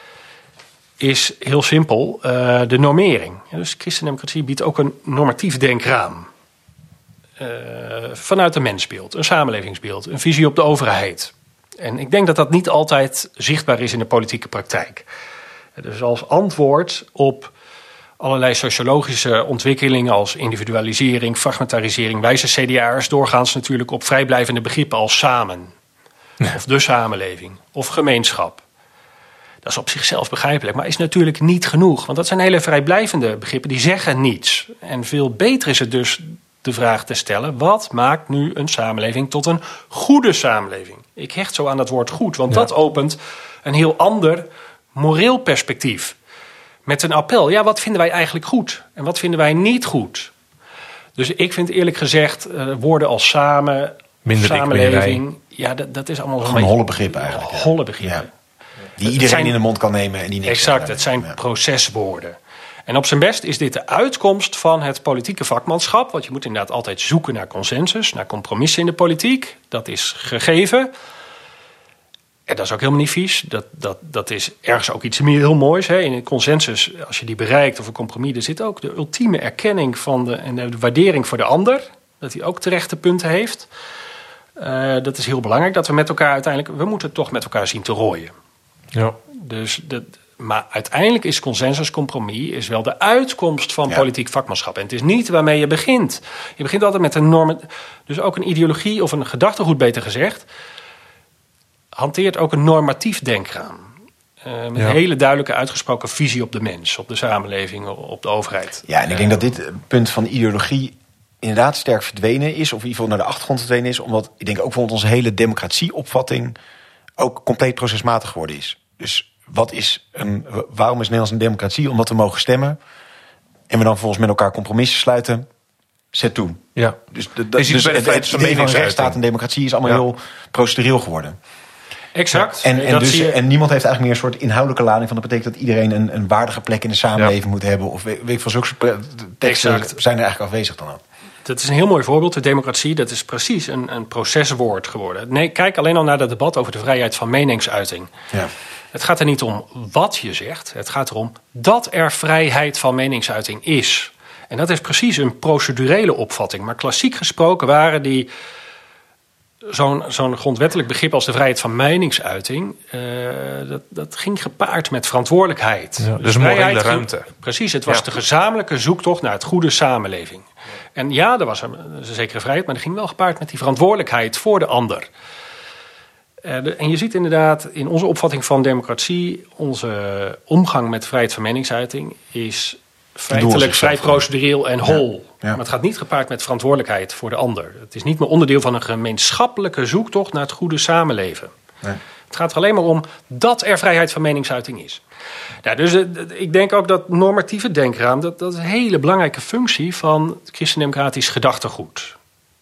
is heel simpel uh, de normering. Ja, dus christendemocratie biedt ook een normatief denkraam. Uh, vanuit een mensbeeld, een samenlevingsbeeld, een visie op de overheid. En ik denk dat dat niet altijd zichtbaar is in de politieke praktijk. Dus als antwoord op allerlei sociologische ontwikkelingen als individualisering, fragmentarisering, wijzen C D A'ers doorgaans natuurlijk op vrijblijvende begrippen als samen. Ja. Of de samenleving, of gemeenschap. Dat is op zichzelf begrijpelijk, maar is natuurlijk niet genoeg. Want dat zijn hele vrijblijvende begrippen, die zeggen niets. En veel beter is het dus de vraag te stellen, wat maakt nu een samenleving tot een goede samenleving? Ik hecht zo aan dat woord goed, want ja. dat opent een heel ander moreel perspectief. Met een appel, ja, wat vinden wij eigenlijk goed? En wat vinden wij niet goed? Dus ik vind eerlijk gezegd, uh, woorden als samen, minder samenleving, ja, dat, dat is allemaal gewoon holle begrippen eigenlijk. Holle begrippen. Ja. Die iedereen zijn, in de mond kan nemen en die niks exact, het zijn ja. proceswoorden. En op zijn best is dit de uitkomst van het politieke vakmanschap. Want je moet inderdaad altijd zoeken naar consensus, naar compromissen in de politiek. Dat is gegeven. En dat is ook helemaal niet vies. Dat, dat, dat is ergens ook iets heel moois. Hè. In een consensus, als je die bereikt of een compromis, er zit ook de ultieme erkenning van de, en de waardering voor de ander. Dat hij ook terechte punten heeft. Uh, dat is heel belangrijk, dat we met elkaar uiteindelijk, we moeten toch met elkaar zien te rooien. Ja. Dus dat, maar uiteindelijk is consensus, compromis, is wel de uitkomst van ja. politiek vakmanschap. En het is niet waarmee je begint. Je begint altijd met een norm, dus ook een ideologie of een gedachtegoed, beter gezegd, hanteert ook een normatief denkraam. Uh, met ja. een hele duidelijke uitgesproken visie op de mens, op de samenleving, op de overheid. Ja, en ik denk uh, dat dit punt van ideologie inderdaad sterk verdwenen is, of in ieder geval naar de achtergrond verdwenen is, omdat ik denk ook bijvoorbeeld onze hele democratieopvatting ook compleet procesmatig geworden is. Dus wat is een, waarom is Nederland een democratie? Omdat we mogen stemmen en we dan volgens met elkaar compromissen sluiten. Zet toe. Ja. Dus, de, dus dus het, het idee van rechtsstaat en democratie is allemaal ja. heel procedureel geworden. Exact. En, en, dus, je... en niemand heeft eigenlijk meer een soort inhoudelijke lading van. Dat betekent dat iedereen een, een waardige plek in de samenleving ja. moet hebben. Of weet ik van zulke teksten exact. Zijn er eigenlijk afwezig dan ook. Dat is een heel mooi voorbeeld. De democratie, dat is precies een, een proceswoord geworden. Nee, kijk alleen al naar dat debat over de vrijheid van meningsuiting. Ja. Het gaat er niet om wat je zegt. Het gaat erom dat er vrijheid van meningsuiting is. En dat is precies een procedurele opvatting. Maar klassiek gesproken waren die zo'n, zo'n grondwettelijk begrip als de vrijheid van meningsuiting, uh, dat, dat ging gepaard met verantwoordelijkheid. Ja, dus een morele ruimte. Precies, het was ja. de gezamenlijke zoektocht naar het goede samenleving. En ja, er was een, een zekere vrijheid, maar dat ging wel gepaard met die verantwoordelijkheid voor de ander. Uh, de, en je ziet inderdaad in onze opvatting van democratie, onze omgang met vrijheid van meningsuiting is feitelijk vrij procedureel en hol. Ja. Ja. Maar het gaat niet gepaard met verantwoordelijkheid voor de ander. Het is niet meer onderdeel van een gemeenschappelijke zoektocht naar het goede samenleven. Nee. Het gaat er alleen maar om dat er vrijheid van meningsuiting is. Ja, dus uh, ik denk ook dat normatieve denkraam, dat, dat is een hele belangrijke functie van het christendemocratisch gedachtegoed.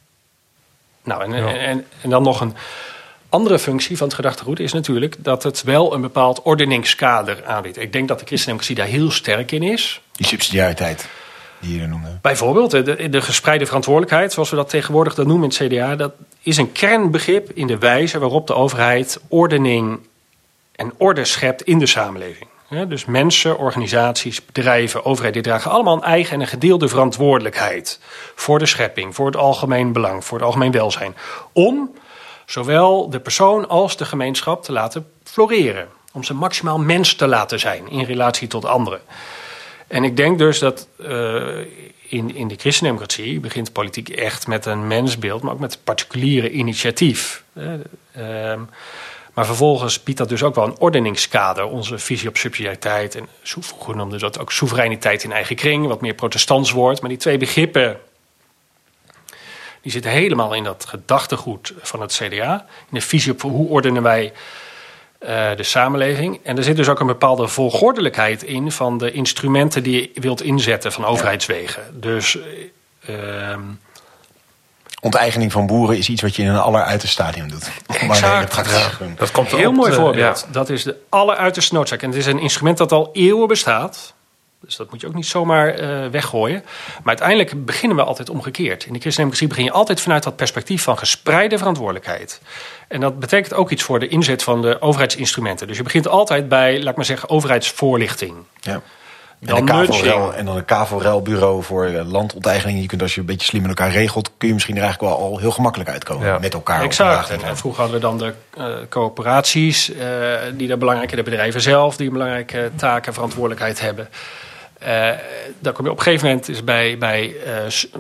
Nou, en, ja. en, en, en dan nog een andere functie van het gedachtegoed is natuurlijk dat het wel een bepaald ordeningskader aanbiedt. Ik denk dat de christendemocratie daar heel sterk in is. Die subsidiariteit die je er noemde. Bijvoorbeeld de, de gespreide verantwoordelijkheid, zoals we dat tegenwoordig dan noemen in het C D A, dat is een kernbegrip in de wijze waarop de overheid ordening en orde schept in de samenleving. Ja, dus mensen, organisaties, bedrijven, overheden die dragen allemaal een eigen en een gedeelde verantwoordelijkheid voor de schepping, voor het algemeen belang, voor het algemeen welzijn. Om zowel de persoon als de gemeenschap te laten floreren. Om ze maximaal mens te laten zijn in relatie tot anderen. En ik denk dus dat uh, in, in de christendemocratie begint politiek echt met een mensbeeld, maar ook met particuliere initiatief. Uh, uh, maar vervolgens biedt dat dus ook wel een ordeningskader. Onze visie op subsidiariteit en vroeger noemden dat ook soevereiniteit in eigen kring, wat meer protestants wordt. Maar die twee begrippen die zitten helemaal in dat gedachtegoed van het C D A. In de visie op hoe ordenen wij uh, de samenleving. En er zit dus ook een bepaalde volgordelijkheid in van de instrumenten die je wilt inzetten van overheidswegen. Dus Uh, onteigening van boeren is iets wat je in een alleruiterste stadium doet. Exact. Ja, dat komt een heel mooi te, voorbeeld. Ja. Dat is de alleruiterste noodzaak. En het is een instrument dat al eeuwen bestaat. Dus dat moet je ook niet zomaar uh, weggooien. Maar uiteindelijk beginnen we altijd omgekeerd. In de christendemocratie begin je altijd vanuit dat perspectief van gespreide verantwoordelijkheid. En dat betekent ook iets voor de inzet van de overheidsinstrumenten. Dus je begint altijd bij, laat ik maar zeggen, overheidsvoorlichting. Ja. En, Dan een KVO-rel, en dan een K V O-relbureau voor landonteigening. Je kunt, als je een beetje slim met elkaar regelt, kun je misschien er eigenlijk wel al heel gemakkelijk uitkomen. Ja. Met elkaar. Exact. En, en vroeger hadden we dan de uh, coöperaties, uh, die daar belangrijke, de bedrijven zelf, die een belangrijke taak en verantwoordelijkheid hebben. Uh, dan kom je op een gegeven moment is bij, bij, uh,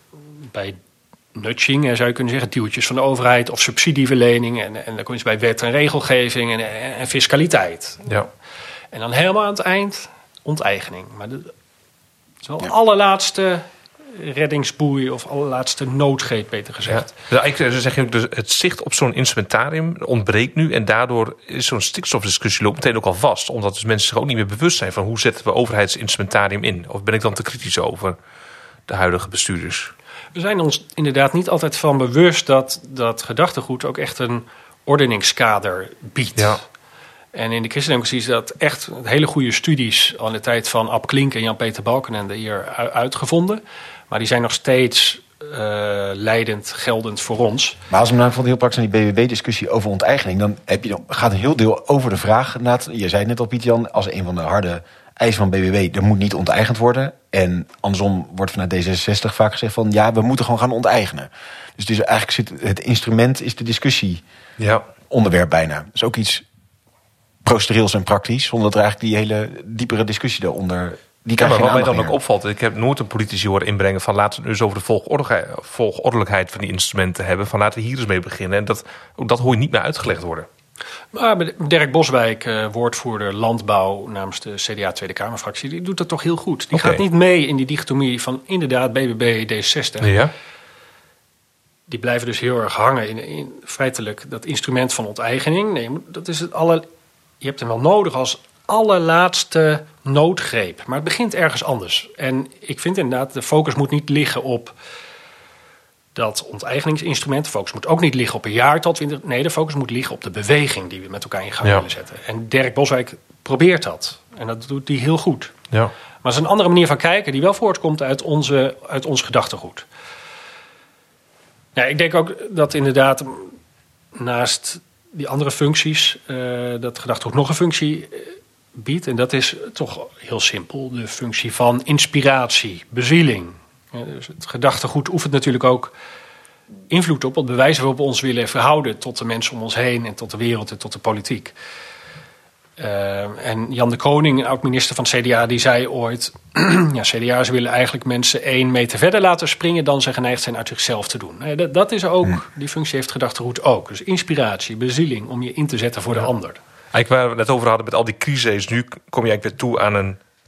bij nudging, zou je kunnen zeggen, duwtjes van de overheid of subsidieverlening. En, en dan kom je bij wet en regelgeving en, en, en fiscaliteit. Ja. En dan helemaal aan het eind onteigening. Maar de, het is wel de ja. allerlaatste reddingsboei of allerlaatste noodgreep, beter gezegd. Ja. Dus eigenlijk zeg je, dus het zicht op zo'n instrumentarium ontbreekt nu en daardoor is zo'n stikstofdiscussie loopt meteen ook al vast. Omdat dus mensen zich ook niet meer bewust zijn van hoe zetten we overheidsinstrumentarium in. Of ben ik dan te kritisch over de huidige bestuurders? We zijn ons inderdaad niet altijd van bewust dat dat gedachtegoed ook echt een ordeningskader biedt. Ja. En in de christendemocratie is dat echt hele goede studies al in de tijd van Ab Klink en Jan-Peter Balkenende hier uitgevonden. Maar die zijn nog steeds uh, leidend, geldend voor ons. Maar als we nou bijvoorbeeld heel praktisch naar die B B B-discussie over onteigening, dan heb je, dan gaat een heel deel over de vraag. Je zei het net al, Piet-Jan, als een van de harde eisen van B B B, er moet niet onteigend worden. En andersom wordt vanuit D zesenzestig vaak gezegd van ja, we moeten gewoon gaan onteigenen. Dus, dus eigenlijk zit het instrument is de discussie ja. onderwerp bijna. Dus ook iets procedureels en praktisch, zonder dat er eigenlijk die hele diepere discussie daaronder. Die ja, maar wat mij dan meer. ook opvalt, ik heb nooit een politici horen inbrengen van laten we dus over de volgorde, volgordelijkheid van die instrumenten hebben, van laten we hier eens mee beginnen. En dat, dat hoor je niet meer uitgelegd worden. Maar Dirk Boswijk, uh, woordvoerder landbouw namens de C D A Tweede Kamerfractie, die doet dat toch heel goed. Die okay. gaat niet mee in die dichotomie van inderdaad B B B, D zesenzestig. Ja. Die blijven dus heel erg hangen in, in feitelijk dat instrument van onteigening. Nee, dat is het alle. Je hebt hem wel nodig als allerlaatste noodgreep. Maar het begint ergens anders. En ik vind inderdaad, de focus moet niet liggen op dat onteigeningsinstrument. De focus moet ook niet liggen op een jaartal. Nee, de focus moet liggen op de beweging die we met elkaar in gang ja. willen zetten. En Dirk Boswijk probeert dat. En dat doet hij heel goed. Ja. Maar het is een andere manier van kijken die wel voortkomt uit, onze, uit ons gedachtegoed. Ja, ik denk ook dat inderdaad naast die andere functies, uh, dat gedachtegoed nog een functie uh, biedt. En dat is toch heel simpel. De functie van inspiratie, bezieling. Ja, dus het gedachtegoed oefent natuurlijk ook invloed op het bewijs waarop we ons willen verhouden tot de mensen om ons heen en tot de wereld en tot de politiek. Uh, en Jan de Koning, oud-minister van het C D A, die zei ooit, ja, C D A's willen eigenlijk mensen één meter verder laten springen dan ze geneigd zijn uit zichzelf te doen. Nee, dat, dat is ook, hm. die functie heeft gedachtegoed ook. Dus inspiratie, bezieling om je in te zetten voor ja. de ander. Eigenlijk waar we het net over hadden met al die crises, nu kom je eigenlijk weer toe aan een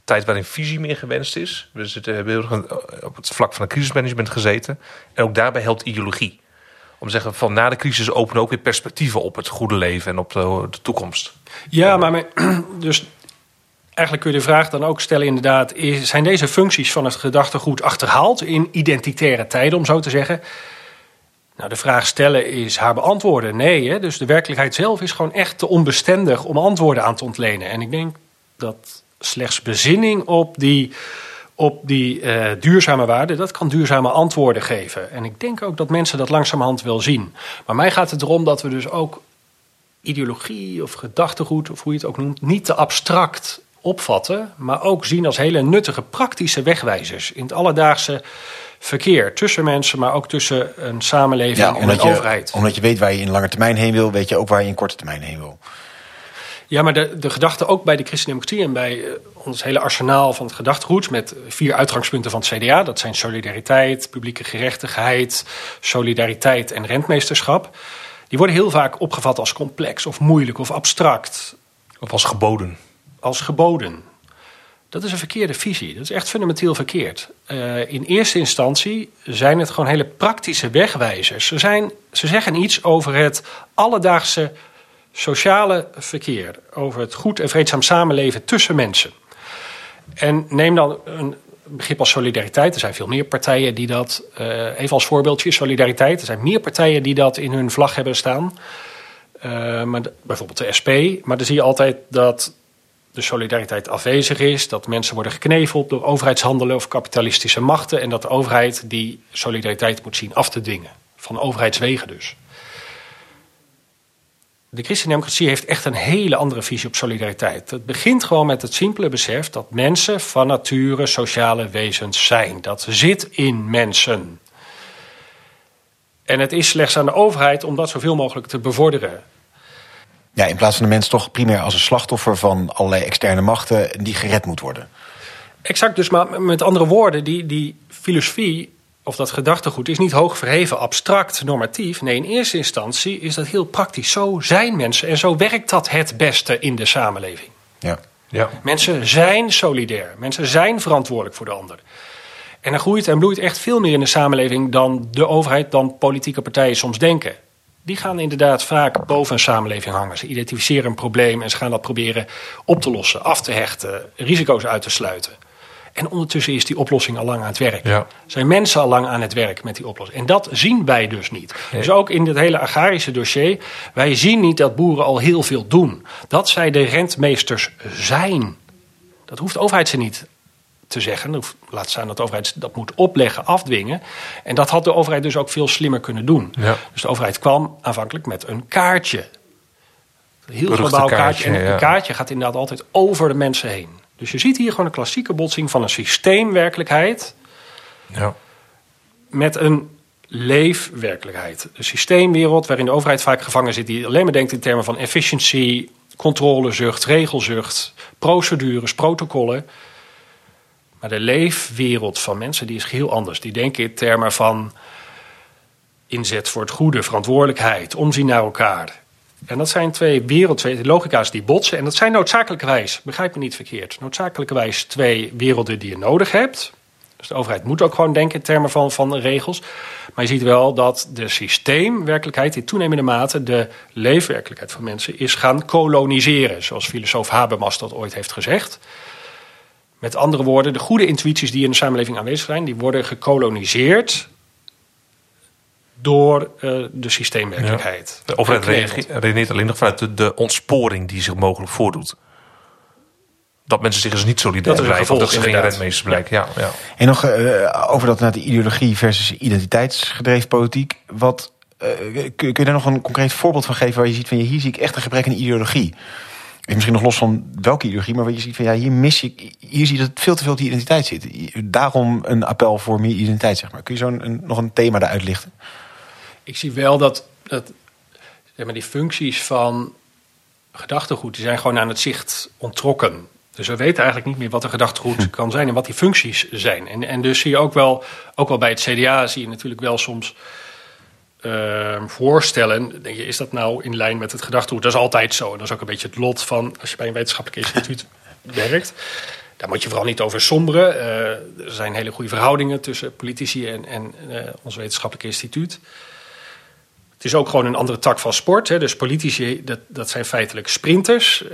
tijd waarin visie meer gewenst is. We zitten heel erg op het vlak van het crisismanagement gezeten. En ook daarbij helpt ideologie. Om te zeggen van na de crisis openen ook weer perspectieven op het goede leven en op de, de toekomst. Ja, maar met, dus eigenlijk kun je de vraag dan ook stellen inderdaad, is, zijn deze functies van het gedachtegoed achterhaald in identitaire tijden, om zo te zeggen? Nou, de vraag stellen is haar beantwoorden. Nee, hè? Dus de werkelijkheid zelf is gewoon echt te onbestendig om antwoorden aan te ontlenen. En ik denk dat slechts bezinning op die, op die uh, duurzame waarden, dat kan duurzame antwoorden geven. En ik denk ook dat mensen dat langzamerhand wel zien. Maar mij gaat het erom dat we dus ook ideologie of gedachtegoed, of hoe je het ook noemt, niet te abstract opvatten, maar ook zien als hele nuttige praktische wegwijzers in het alledaagse verkeer tussen mensen, maar ook tussen een samenleving ja, en een je, overheid. Omdat je weet waar je in lange termijn heen wil, weet je ook waar je in korte termijn heen wil. Ja, maar de, de gedachte ook bij de christendemocratie en bij uh, ons hele arsenaal van het gedachtegoed met vier uitgangspunten van het C D A. Dat zijn solidariteit, publieke gerechtigheid, solidariteit en rentmeesterschap. Die worden heel vaak opgevat als complex of moeilijk of abstract. Of als geboden. Als geboden. Dat is een verkeerde visie. Dat is echt fundamenteel verkeerd. Uh, in eerste instantie zijn het gewoon hele praktische wegwijzers. Ze, zijn, ze zeggen iets over het alledaagse sociale verkeer. Over het goed en vreedzaam samenleven tussen mensen. En neem dan een begrip als solidariteit. Er zijn veel meer partijen die dat, uh, even als voorbeeldje, solidariteit. Er zijn meer partijen die dat in hun vlag hebben staan. Uh, maar de, bijvoorbeeld de S P. Maar dan zie je altijd dat de solidariteit afwezig is, dat mensen worden gekneveld door overheidshandelen of kapitalistische machten en dat de overheid die solidariteit moet zien af te dwingen. Van overheidswegen dus. De christendemocratie heeft echt een hele andere visie op solidariteit. Het begint gewoon met het simpele besef dat mensen van nature sociale wezens zijn. Dat zit in mensen. En het is slechts aan de overheid om dat zoveel mogelijk te bevorderen. Ja, in plaats van de mens toch primair als een slachtoffer van allerlei externe machten die gered moet worden. Exact, dus maar met andere woorden, die, die filosofie of dat gedachtegoed is niet hoog verheven, abstract, normatief. Nee, in eerste instantie is dat heel praktisch. Zo zijn mensen en zo werkt dat het beste in de samenleving. Ja. Ja. Mensen zijn solidair, mensen zijn verantwoordelijk voor de ander. En dan groeit en bloeit echt veel meer in de samenleving dan de overheid, dan politieke partijen soms denken. Die gaan inderdaad vaak boven een samenleving hangen. Ze identificeren een probleem en ze gaan dat proberen op te lossen, af te hechten, risico's uit te sluiten. En ondertussen is die oplossing al lang aan het werk. Ja. Zijn mensen al lang aan het werk met die oplossing. En dat zien wij dus niet. Nee. Dus ook in dit hele agrarische dossier, wij zien niet dat boeren al heel veel doen. Dat zij de rentmeesters zijn. Dat hoeft de overheid ze niet te zeggen. Laat staan dat de overheid dat moet opleggen, afdwingen. En dat had de overheid dus ook veel slimmer kunnen doen. Ja. Dus de overheid kwam aanvankelijk met een kaartje. Een heel globaal kaartje. kaartje. En ja. Een kaartje gaat inderdaad altijd over de mensen heen. Dus je ziet hier gewoon een klassieke botsing van een systeemwerkelijkheid ja. met een leefwerkelijkheid. Een systeemwereld waarin de overheid vaak gevangen zit, die alleen maar denkt in termen van efficiëntie, controlezucht, regelzucht, procedures, protocollen. Maar de leefwereld van mensen die is heel anders. Die denken in termen van inzet voor het goede, verantwoordelijkheid, omzien naar elkaar. En dat zijn twee wereld, twee logica's die botsen. En dat zijn noodzakelijkerwijs, begrijp me niet verkeerd, noodzakelijkerwijs twee werelden die je nodig hebt. Dus de overheid moet ook gewoon denken in termen van, van regels. Maar je ziet wel dat de systeemwerkelijkheid in toenemende mate de leefwerkelijkheid van mensen is gaan koloniseren. Zoals filosoof Habermas dat ooit heeft gezegd. Met andere woorden, de goede intuïties die in de samenleving aanwezig zijn, die worden gekoloniseerd door uh, de systeemwerkelijkheid. Ja. De overheid redeneert alleen nog vanuit de, de ontsporing die zich mogelijk voordoet. Dat mensen zich dus niet solidair blijven, gevolg, dat ze geen rentmeesters blijken. Ja. Ja, ja. En nog uh, over dat naar de ideologie versus identiteitsgedreven politiek. Wat, uh, kun, kun je daar nog een concreet voorbeeld van geven waar je ziet van ja, hier zie ik echt een gebrek aan ideologie? En misschien nog los van welke ideologie, maar waar je ziet van ja, hier mis je, hier zie je dat het veel te veel op die identiteit zit. Daarom een appel voor meer identiteit, zeg maar. Kun je zo een, nog een thema daaruit lichten? Ik zie wel dat, dat zeg maar, die functies van gedachtegoed, die zijn gewoon aan het zicht onttrokken. Dus we weten eigenlijk niet meer wat een gedachtegoed kan zijn en wat die functies zijn. En, en dus zie je ook wel, ook wel bij het C D A zie je natuurlijk wel soms uh, voorstellen. Denk je, is dat nou in lijn met het gedachtegoed? Dat is altijd zo. En dat is ook een beetje het lot van, als je bij een wetenschappelijk instituut werkt. Daar moet je vooral niet over somberen. Uh, er zijn hele goede verhoudingen tussen politici en, en uh, ons wetenschappelijk instituut. Het is ook gewoon een andere tak van sport. Hè. Dus politici, dat, dat zijn feitelijk sprinters. Uh,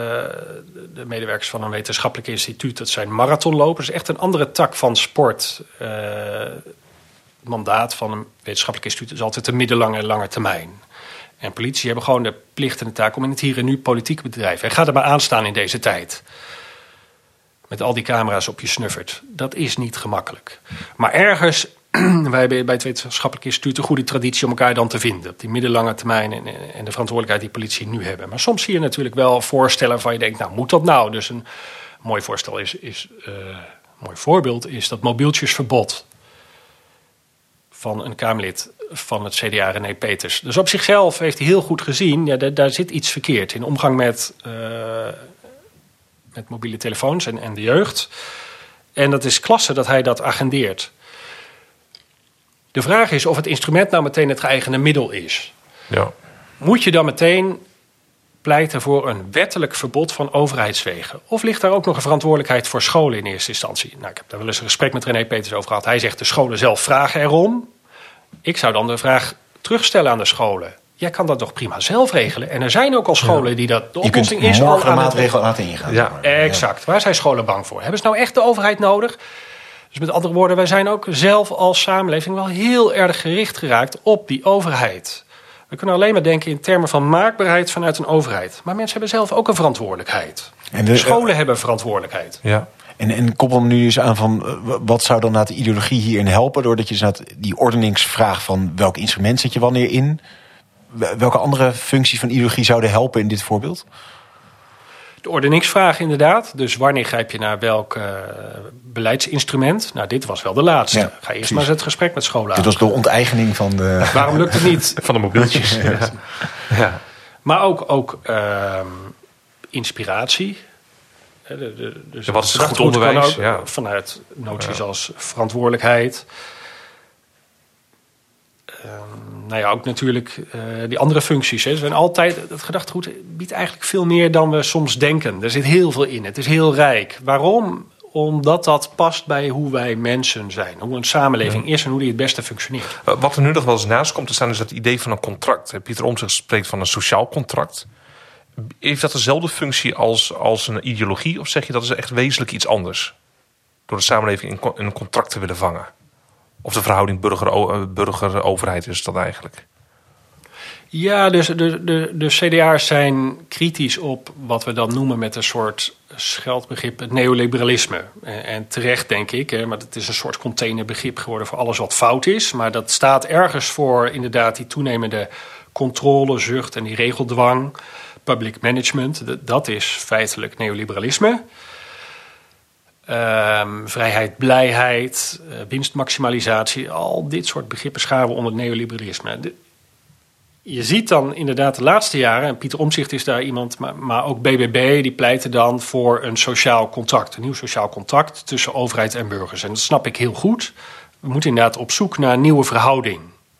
de medewerkers van een wetenschappelijk instituut, dat zijn marathonlopers. Echt een andere tak van sport. Uh, het mandaat van een wetenschappelijk instituut is altijd de middellange en lange termijn. En politici hebben gewoon de plicht en de taak om in het hier en nu politiek te bedrijven. En ga er maar aan staan in deze tijd. Met al die camera's op je snuffert. Dat is niet gemakkelijk. Maar ergens, wij hebben bij het wetenschappelijk instituut een goede traditie om elkaar dan te vinden. Op die middellange termijn en, en de verantwoordelijkheid die politici nu hebben. Maar soms zie je natuurlijk wel voorstellen waarvan je denkt, nou moet dat nou? Dus een mooi voorstel is, is uh, een mooi voorbeeld is dat mobieltjesverbod van een Kamerlid van het C D A, René Peters. Dus op zichzelf heeft hij heel goed gezien, ja, daar, daar zit iets verkeerd in omgang met, uh, met mobiele telefoons en, en de jeugd. En dat is klasse dat hij dat agendeert. De vraag is of het instrument nou meteen het geëigende middel is. Ja. Moet je dan meteen pleiten voor een wettelijk verbod van overheidswegen? Of ligt daar ook nog een verantwoordelijkheid voor scholen in eerste instantie? Nou, ik heb daar wel eens een gesprek met René Peters over gehad. Hij zegt de scholen zelf vragen erom. Ik zou dan de vraag terugstellen aan de scholen. Jij kan dat toch prima zelf regelen? En er zijn ook al scholen ja. die dat... De oplossing je kunt is morgen al een maatregel laten ingaan. Ja. Exact. Waar zijn scholen bang voor? Hebben ze nou echt de overheid nodig? Dus met andere woorden, wij zijn ook zelf als samenleving wel heel erg gericht geraakt op die overheid. We kunnen alleen maar denken in termen van maakbaarheid vanuit een overheid. Maar mensen hebben zelf ook een verantwoordelijkheid. En de scholen uh, hebben verantwoordelijkheid. Ja. En, en koppel hem nu eens aan van uh, wat zou dan na de ideologie hierin helpen? Doordat je dus die ordeningsvraag van welk instrument zet je wanneer in? Welke andere functies van ideologie zouden helpen in dit voorbeeld? De ordeningsvraag inderdaad. Dus wanneer grijp je naar welk uh, beleidsinstrument? Nou, dit was wel de laatste. Ja, Ga eerst precies. maar eens het gesprek met scholen aan. Dit was de onteigening van de... Waarom lukt het niet? Van de mobieltjes. ja. Ja. Maar ook, ook uh, inspiratie. De, de, dus ja, wat is het goed onderwijs? Ook, ja. Vanuit noties ja. als verantwoordelijkheid. Uh, nou ja, ook natuurlijk uh, die andere functies. Hè. Er zijn altijd, het gedachtegoed biedt eigenlijk veel meer dan we soms denken. Er zit heel veel in. Het is heel rijk. Waarom? Omdat dat past bij hoe wij mensen zijn. Hoe een samenleving ja. is en hoe die het beste functioneert. Wat er nu nog wel eens naast komt te staan is het idee van een contract. Pieter Omtzigt spreekt van een sociaal contract. Heeft dat dezelfde functie als, als een ideologie? Of zeg je dat is echt wezenlijk iets anders? Door de samenleving in een contract te willen vangen? Of de verhouding burger-overheid is dat eigenlijk? Ja, dus de, de, de C D A'ers zijn kritisch op wat we dan noemen met een soort scheldbegrip het neoliberalisme. En, en terecht denk ik, hè, maar het is een soort containerbegrip geworden voor alles wat fout is. Maar dat staat ergens voor inderdaad die toenemende controlezucht en die regeldwang. Public management, dat is feitelijk neoliberalisme. Um, vrijheid, blijheid, uh, winstmaximalisatie, al dit soort begrippen scharen we onder neoliberalisme. De, je ziet dan inderdaad de laatste jaren, en Pieter Omtzigt is daar iemand, maar, maar ook B B B, die pleiten dan voor een sociaal contract, een nieuw sociaal contract tussen overheid en burgers. En dat snap ik heel goed. We moeten inderdaad op zoek naar een nieuwe verhouding.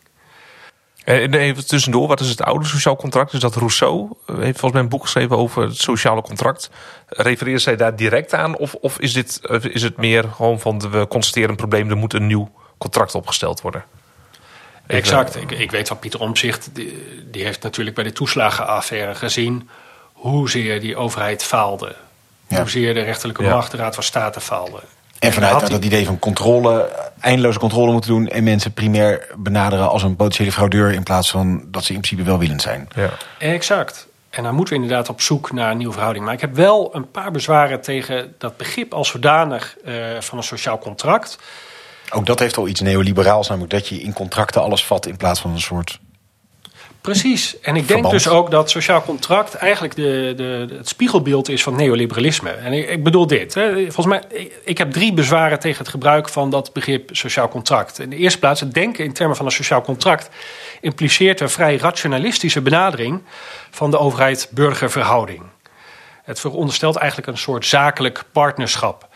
Even tussendoor, wat is het oude sociaal contract? Is dat Rousseau? Heeft volgens mij een boek geschreven over het sociale contract. Refereert zij daar direct aan? Of, of is, dit, is het meer gewoon van we constateren een probleem, er moet een nieuw contract opgesteld worden? Even, exact. Ik, ik weet van Pieter Omtzigt, die, die heeft natuurlijk bij de toeslagenaffaire gezien hoezeer die overheid faalde. Ja. Hoezeer de rechterlijke ja. macht, de Raad van State faalde. En vanuit dat, dat idee van controle, eindeloze controle moeten doen en mensen primair benaderen als een potentiële fraudeur in plaats van dat ze in principe welwillend zijn. Ja. Exact. En dan moeten we inderdaad op zoek naar een nieuwe verhouding. Maar ik heb wel een paar bezwaren tegen dat begrip als zodanig uh, van een sociaal contract. Ook dat heeft al iets neoliberaals, namelijk dat je in contracten alles vat in plaats van een soort... Precies. En ik denk verband. Dus ook dat sociaal contract eigenlijk de, de, het spiegelbeeld is van neoliberalisme. En ik, ik bedoel dit. Hè. Volgens mij, ik, ik heb drie bezwaren tegen het gebruik van dat begrip sociaal contract. In de eerste plaats, het denken in termen van een sociaal contract impliceert een vrij rationalistische benadering van de overheid-burgerverhouding. Het veronderstelt eigenlijk een soort zakelijk partnerschap.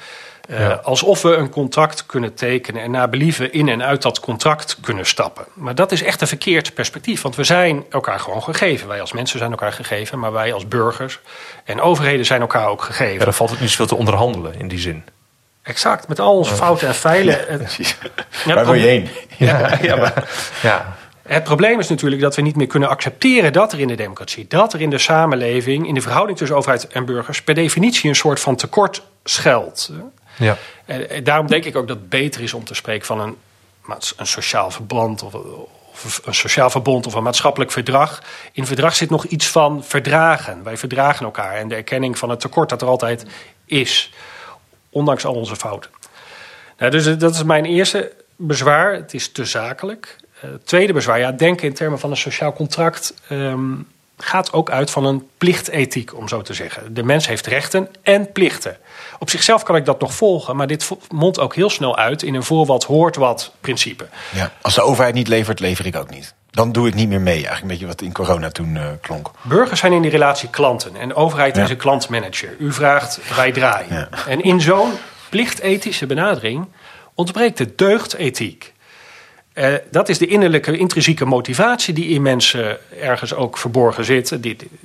Uh, Ja. Alsof we een contract kunnen tekenen en naar believen in en uit dat contract kunnen stappen. Maar dat is echt een verkeerd perspectief. Want we zijn elkaar gewoon gegeven. Wij als mensen zijn elkaar gegeven, maar wij als burgers en overheden zijn elkaar ook gegeven. Ja, dan valt het niet zoveel te onderhandelen in die zin. Exact, met al onze fouten en feilen. Ja, precies. Ja, Waar wil je heen? Ja, ja, maar, ja. Het probleem is natuurlijk dat we niet meer kunnen accepteren dat er in de democratie, dat er in de samenleving, in de verhouding tussen overheid en burgers, per definitie een soort van tekort schuilt. Ja. En daarom denk ik ook dat het beter is om te spreken van een, een sociaal verband of, of een sociaal verbond of een maatschappelijk verdrag. In het verdrag zit nog iets van verdragen. Wij verdragen elkaar en de erkenning van het tekort dat er altijd is, ondanks al onze fouten. Nou, dus dat is mijn eerste bezwaar. Het is te zakelijk. Uh, tweede bezwaar, ja, denken in termen van een sociaal contract um, gaat ook uit van een plichtethiek, om zo te zeggen. De mens heeft rechten en plichten. Op zichzelf kan ik dat nog volgen, maar dit mondt ook heel snel uit in een voor wat hoort wat principe. Ja, als de overheid niet levert, lever ik ook niet. Dan doe ik niet meer mee, eigenlijk een beetje wat in corona toen uh, klonk. Burgers zijn in die relatie klanten en de overheid Ja. is een klantmanager. U vraagt, wij draaien. Ja. En in zo'n plichtethische benadering ontbreekt de deugdethiek. Uh, dat is de innerlijke, intrinsieke motivatie die in mensen ergens ook verborgen zit. Die, die,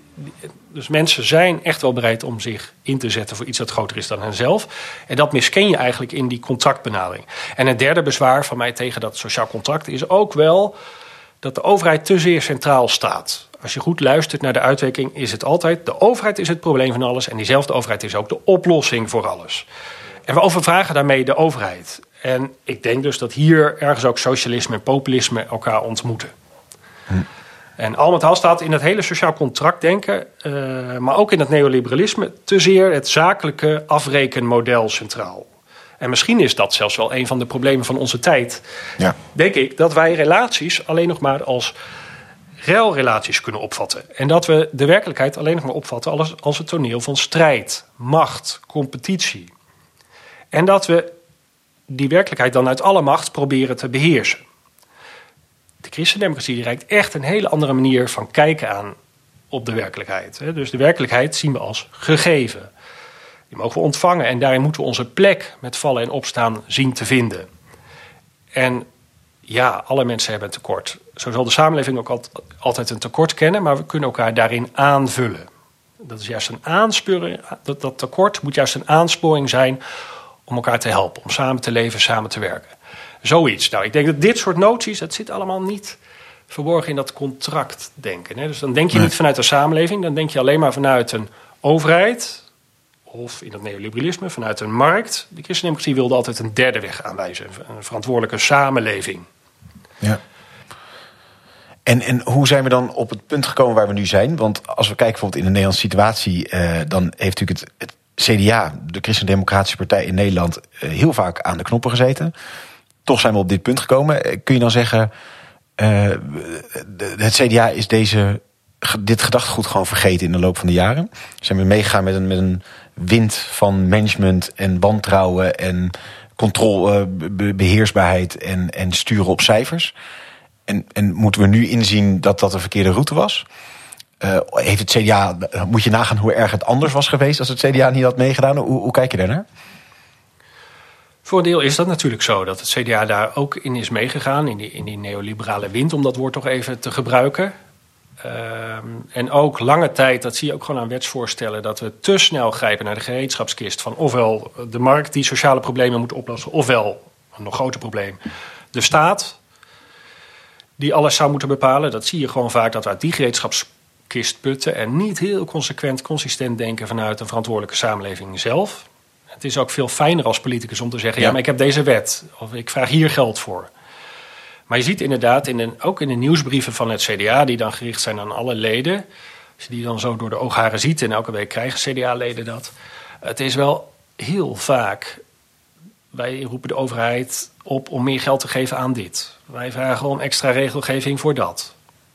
dus mensen zijn echt wel bereid om zich in te zetten voor iets dat groter is dan henzelf. En dat misken je eigenlijk in die contractbenadering. En een derde bezwaar van mij tegen dat sociaal contract is ook wel dat de overheid te zeer centraal staat. Als je goed luistert naar de uitwerking is het altijd, de overheid is het probleem van alles en diezelfde overheid is ook de oplossing voor alles. En we overvragen daarmee de overheid. En ik denk dus dat hier ergens ook socialisme en populisme elkaar ontmoeten. Hm. En al met al staat in het hele sociaal contract denken, uh, maar ook in het neoliberalisme, te zeer het zakelijke afrekenmodel centraal. En misschien is dat zelfs wel een van de problemen van onze tijd. Ja. Denk ik dat wij relaties alleen nog maar als ruilrelaties kunnen opvatten. En dat we de werkelijkheid alleen nog maar opvatten als, als het toneel van strijd, macht, competitie. En dat we die werkelijkheid dan uit alle macht proberen te beheersen. De christendemocratie reikt echt een hele andere manier van kijken aan op de werkelijkheid. Dus de werkelijkheid zien we als gegeven. Die mogen we ontvangen en daarin moeten we onze plek met vallen en opstaan zien te vinden. En ja, alle mensen hebben een tekort. Zo zal de samenleving ook altijd een tekort kennen, maar we kunnen elkaar daarin aanvullen. Dat is juist een aansporing. Dat, dat tekort moet juist een aansporing zijn om elkaar te helpen, om samen te leven, samen te werken. Zoiets. Nou, ik denk dat dit soort noties, dat zit allemaal niet verborgen in dat contractdenken. Hè? Dus dan denk je niet vanuit de samenleving, dan denk je alleen maar vanuit een overheid, of in het neoliberalisme, vanuit een markt. De christendemocratie wilde altijd een derde weg aanwijzen, een verantwoordelijke samenleving. Ja. En, en hoe zijn we dan op het punt gekomen waar we nu zijn? Want als we kijken bijvoorbeeld in de Nederlandse situatie, uh, dan heeft natuurlijk het, het C D A, de Christendemocratische Partij in Nederland, uh, heel vaak aan de knoppen gezeten. Toch zijn we op dit punt gekomen. Kun je dan zeggen, uh, het C D A is deze, dit gedachtegoed gewoon vergeten in de loop van de jaren? Zijn we meegegaan met een, met een wind van management en wantrouwen en controle, uh, beheersbaarheid en, en sturen op cijfers? En, en moeten we nu inzien dat dat een verkeerde route was? Uh, heeft het C D A, moet je nagaan hoe erg het anders was geweest als het C D A niet had meegedaan? Hoe, hoe kijk je daarnaar? Voor een deel is dat natuurlijk zo, dat het C D A daar ook in is meegegaan, in die, in die neoliberale wind, om dat woord toch even te gebruiken. Uh, en ook lange tijd, dat zie je ook gewoon aan wetsvoorstellen, dat we te snel grijpen naar de gereedschapskist van ofwel de markt die sociale problemen moet oplossen, ofwel, een nog groter probleem, de staat die alles zou moeten bepalen. Dat zie je gewoon vaak, dat we uit die gereedschapskist putten en niet heel consequent, consistent denken vanuit een verantwoordelijke samenleving zelf. Het is ook veel fijner als politicus om te zeggen, ja, ja maar ik heb deze wet, of ik vraag hier geld voor. Maar je ziet inderdaad, in de, ook in de nieuwsbrieven van het C D A, die dan gericht zijn aan alle leden, als je die dan zo door de oogharen ziet, en elke week krijgen C D A-leden dat, het is wel heel vaak, wij roepen de overheid op om meer geld te geven aan dit. Wij vragen om extra regelgeving voor dat.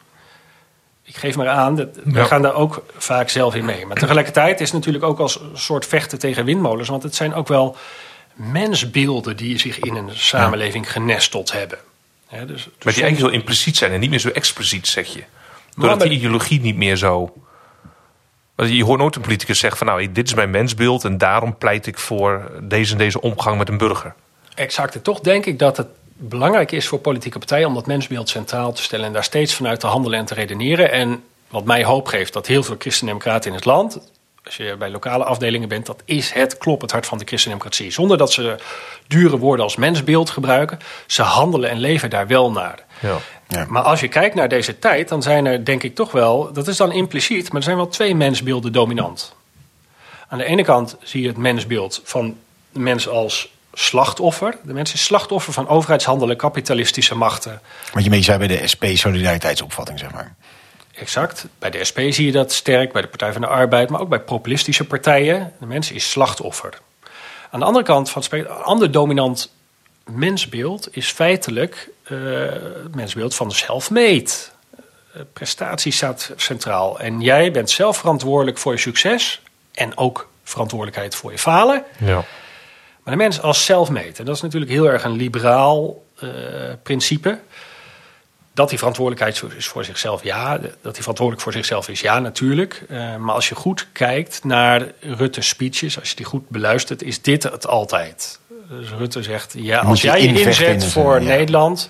Ik geef maar aan, we ja. gaan daar ook vaak zelf in mee. Maar tegelijkertijd is het natuurlijk ook als een soort vechten tegen windmolens, want het zijn ook wel mensbeelden die zich in een samenleving genesteld hebben. Ja, dus, dus maar die eigenlijk zo impliciet zijn en niet meer zo expliciet, zeg je. Doordat die ideologie niet meer zo Je hoort nooit een politicus zeggen van nou, dit is mijn mensbeeld en daarom pleit ik voor deze en deze omgang met een burger. Exact. En toch denk ik dat het belangrijk is voor politieke partijen om dat mensbeeld centraal te stellen en daar steeds vanuit te handelen en te redeneren. En wat mij hoop geeft, dat heel veel christendemocraten in het land, als je bij lokale afdelingen bent, dat is het kloppend hart van de christendemocratie. Zonder dat ze dure woorden als mensbeeld gebruiken, ze handelen en leven daar wel naar. Ja. Ja. Maar als je kijkt naar deze tijd, dan zijn er denk ik toch wel, dat is dan impliciet, maar er zijn wel twee mensbeelden dominant. Aan de ene kant zie je het mensbeeld van de mens als slachtoffer. De mens is slachtoffer van overheidshandelen, kapitalistische machten. Wat je mee zei bij de S P-solidariteitsopvatting, zeg maar. Exact. Bij de S P zie je dat sterk, bij de Partij van de Arbeid, maar ook bij populistische partijen. De mens is slachtoffer. Aan de andere kant van het spectrum, een ander dominant mensbeeld is feitelijk uh, het mensbeeld van de self-made. Uh, prestatie staat centraal. En jij bent zelf verantwoordelijk voor je succes en ook verantwoordelijkheid voor je falen. Ja. Maar de mens als self-made, en dat is natuurlijk heel erg een liberaal uh, principe. Dat die verantwoordelijkheid is voor zichzelf, ja. Dat die verantwoordelijk voor zichzelf is, ja, natuurlijk. Uh, maar als je goed kijkt naar Rutte's speeches, als je die goed beluistert, is dit het altijd. Dus Rutte zegt, ja, als jij je inzet voor in Nederland,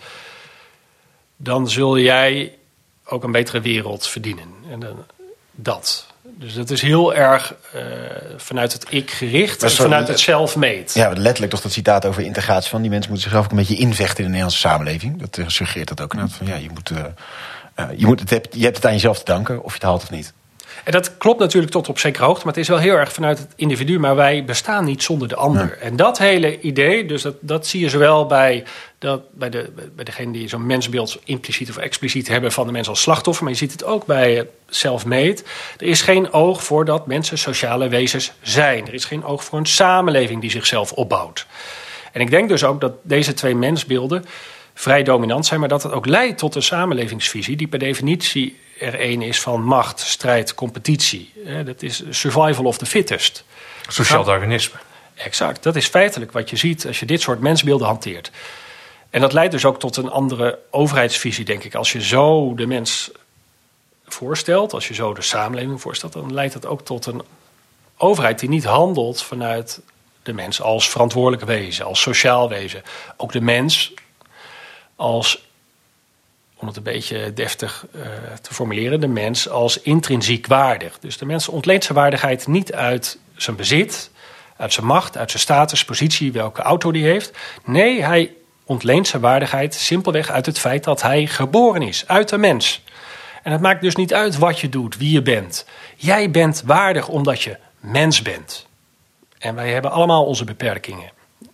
dan zul jij ook een betere wereld verdienen. En dan, dat. Dus dat is heel erg uh, vanuit het ik gericht en vanuit het self-made. Ja, letterlijk toch dat citaat over integratie van die mensen moeten zichzelf ook een beetje invechten in de Nederlandse samenleving. Dat uh, suggereert dat ook. Van, ja, je, moet, uh, uh, je, moet het, je hebt het aan jezelf te danken of je het haalt of niet. En dat klopt natuurlijk tot op zekere hoogte, maar het is wel heel erg vanuit het individu. Maar wij bestaan niet zonder de ander. Ja. En dat hele idee, dus dat, dat zie je zowel bij, dat, bij, de, bij degene die zo'n mensbeeld impliciet of expliciet hebben van de mens als slachtoffer. Maar je ziet het ook bij self-made. Er is geen oog voor dat mensen sociale wezens zijn. Er is geen oog voor een samenleving die zichzelf opbouwt. En ik denk dus ook dat deze twee mensbeelden vrij dominant zijn, maar dat het ook leidt tot een samenlevingsvisie die per definitie er een is van macht, strijd, competitie. Dat is survival of the fittest. Sociaal Darwinisme. Exact. Dat is feitelijk wat je ziet als je dit soort mensbeelden hanteert. En dat leidt dus ook tot een andere overheidsvisie, denk ik. Als je zo de mens voorstelt, als je zo de samenleving voorstelt, dan leidt dat ook tot een overheid die niet handelt vanuit de mens als verantwoordelijk wezen, als sociaal wezen. Ook de mens als, om het een beetje deftig uh, te formuleren, de mens als intrinsiek waardig. Dus de mens ontleent zijn waardigheid niet uit zijn bezit, uit zijn macht, uit zijn status, positie, welke auto die heeft. Nee, hij ontleent zijn waardigheid simpelweg uit het feit dat hij geboren is, uit de mens. En het maakt dus niet uit wat je doet, wie je bent. Jij bent waardig omdat je mens bent. En wij hebben allemaal onze beperkingen.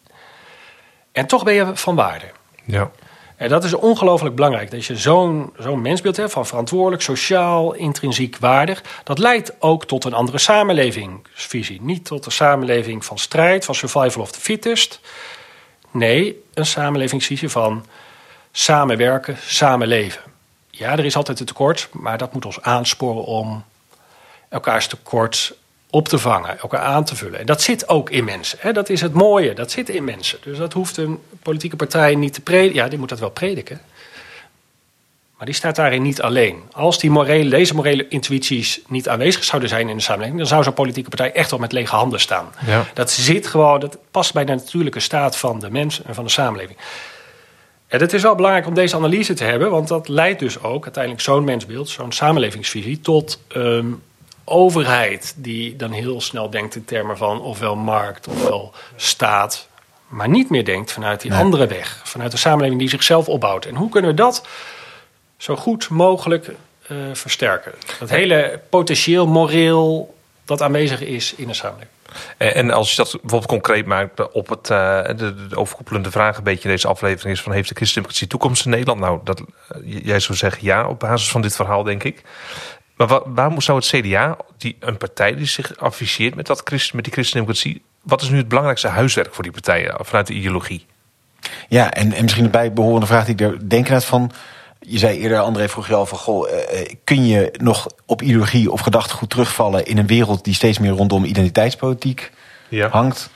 En toch ben je van waarde. Ja. En dat is ongelooflijk belangrijk. Dat je zo'n, zo'n mensbeeld hebt van verantwoordelijk, sociaal, intrinsiek waardig. Dat leidt ook tot een andere samenlevingsvisie. Niet tot een samenleving van strijd, van survival of the fittest. Nee, een samenlevingsvisie van samenwerken, samenleven. Ja, er is altijd een tekort, maar dat moet ons aansporen om elkaars tekort op te vangen, elkaar aan te vullen. En dat zit ook in mensen. Hè? Dat is het mooie, dat zit in mensen. Dus dat hoeft een politieke partij niet te prediken. Ja, die moet dat wel prediken. Maar die staat daarin niet alleen. Als die morele, deze morele intuïties niet aanwezig zouden zijn in de samenleving, dan zou zo'n politieke partij echt wel met lege handen staan. Ja. Dat zit gewoon, dat past bij de natuurlijke staat van de mens en van de samenleving. En het is wel belangrijk om deze analyse te hebben, want dat leidt dus ook uiteindelijk zo'n mensbeeld, zo'n samenlevingsvisie, tot um, overheid die dan heel snel denkt in termen van ofwel markt ofwel staat, maar niet meer denkt vanuit die nee. andere weg, vanuit de samenleving die zichzelf opbouwt. En hoe kunnen we dat zo goed mogelijk uh, versterken? Dat hele potentieel, moreel, dat aanwezig is in de samenleving. En als je dat bijvoorbeeld concreet maakt op het, uh, de, de overkoepelende vraag een beetje in deze aflevering is van heeft de christendemocratie toekomst in Nederland? Nou, dat, uh, jij zou zeggen ja op basis van dit verhaal, denk ik. Maar waar, waarom zou het C D A, die, een partij die zich afficheert met, dat christen, met die christendemocratie, wat is nu het belangrijkste huiswerk voor die partijen vanuit de ideologie? Ja, en, en misschien de bijbehorende vraag die ik er denk uit van, je zei eerder, André, vroeg je al van, goh, uh, kun je nog op ideologie of gedachtegoed terugvallen in een wereld die steeds meer rondom identiteitspolitiek ja. hangt?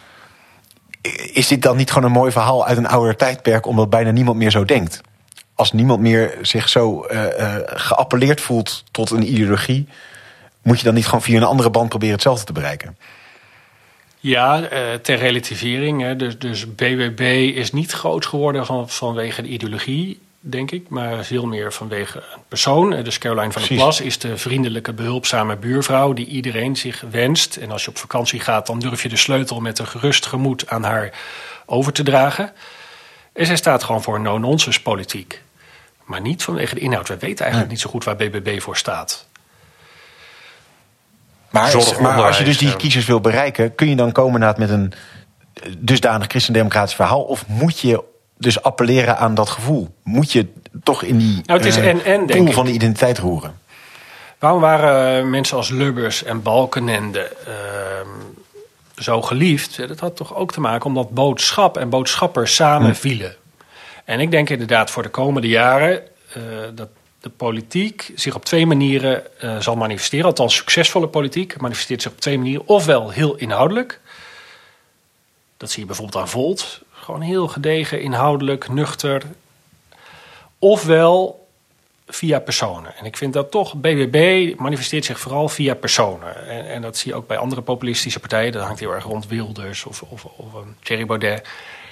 Is dit dan niet gewoon een mooi verhaal uit een ouder tijdperk, omdat bijna niemand meer zo denkt? Als niemand meer zich zo uh, uh, geappelleerd voelt tot een ideologie, Moet je dan niet gewoon via een andere band proberen hetzelfde te bereiken? Ja, uh, ter relativering. Hè. Dus, dus B B B is niet groot geworden van, vanwege de ideologie, denk ik. Maar veel meer vanwege een persoon. Dus Caroline van der Plas is de vriendelijke, behulpzame buurvrouw die iedereen zich wenst. En als je op vakantie gaat, dan durf je de sleutel met een gerust gemoed aan haar over te dragen. En zij staat gewoon voor no-nonsense politiek. Maar niet vanwege de inhoud. We weten eigenlijk niet zo goed waar B B B voor staat. Maar, maar als je dus die kiezers wil bereiken, kun je dan komen inderdaad met een dusdanig christendemocratisch verhaal? Of moet je dus appelleren aan dat gevoel? Moet je toch in die nou, het is uh, en, en, pool van de identiteit roeren? Waarom waren mensen als Lubbers en Balkenende uh, zo geliefd? Dat had toch ook te maken omdat boodschap en boodschapper samen hm. vielen. En ik denk inderdaad voor de komende jaren uh, dat de politiek zich op twee manieren uh, zal manifesteren. Althans, succesvolle politiek manifesteert zich op twee manieren. Ofwel heel inhoudelijk. Dat zie je bijvoorbeeld aan Volt. Gewoon heel gedegen, inhoudelijk, nuchter. Ofwel via personen. En ik vind dat toch, B B B manifesteert zich vooral via personen. En, en dat zie je ook bij andere populistische partijen. Dat hangt heel erg rond Wilders of, of, of um, Thierry Baudet.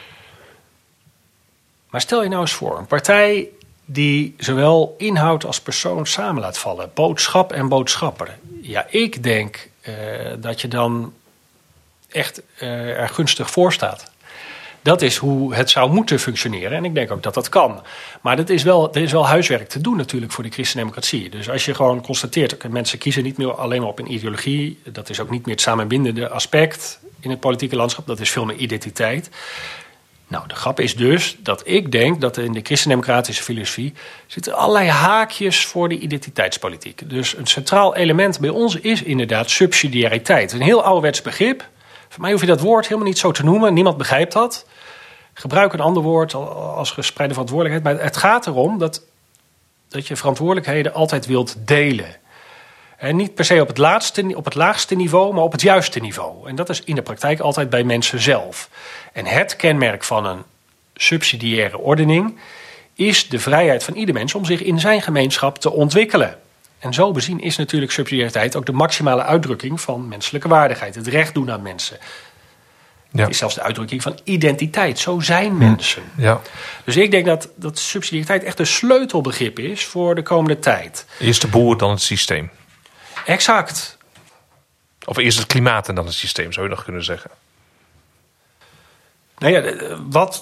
Maar stel je nou eens voor, een partij die zowel inhoud als persoon samen laat vallen. Boodschap en boodschapper. Ja, ik denk uh, dat je dan echt uh, er gunstig voor staat. Dat is hoe het zou moeten functioneren. En ik denk ook dat dat kan. Maar dat is wel, er is wel huiswerk te doen natuurlijk voor de christendemocratie. Dus als je gewoon constateert, okay, mensen kiezen niet meer alleen maar op een ideologie. Dat is ook niet meer het samenbindende aspect in het politieke landschap. Dat is veel meer identiteit. Nou, de grap is dus dat ik denk dat in de christendemocratische filosofie zitten allerlei haakjes voor de identiteitspolitiek. Dus een centraal element bij ons is inderdaad subsidiariteit. Een heel ouderwets begrip. Voor mij hoef je dat woord helemaal niet zo te noemen. Niemand begrijpt dat. Gebruik een ander woord als gespreide verantwoordelijkheid. Maar het gaat erom dat, dat je verantwoordelijkheden altijd wilt delen. En niet per se op het, laatste, op het laagste niveau, maar op het juiste niveau. En dat is in de praktijk altijd bij mensen zelf. En het kenmerk van een subsidiaire ordening is de vrijheid van ieder mens om zich in zijn gemeenschap te ontwikkelen. En zo bezien is natuurlijk subsidiariteit ook de maximale uitdrukking van menselijke waardigheid. Het recht doen aan mensen. Ja. Het is zelfs de uitdrukking van identiteit. Zo zijn mensen. Ja. Dus ik denk dat, dat subsidiariteit echt een sleutelbegrip is voor de komende tijd. Eerst de boer, dan het systeem. Exact. Of eerst het klimaat en dan het systeem, zou je nog kunnen zeggen. Nou ja, wat...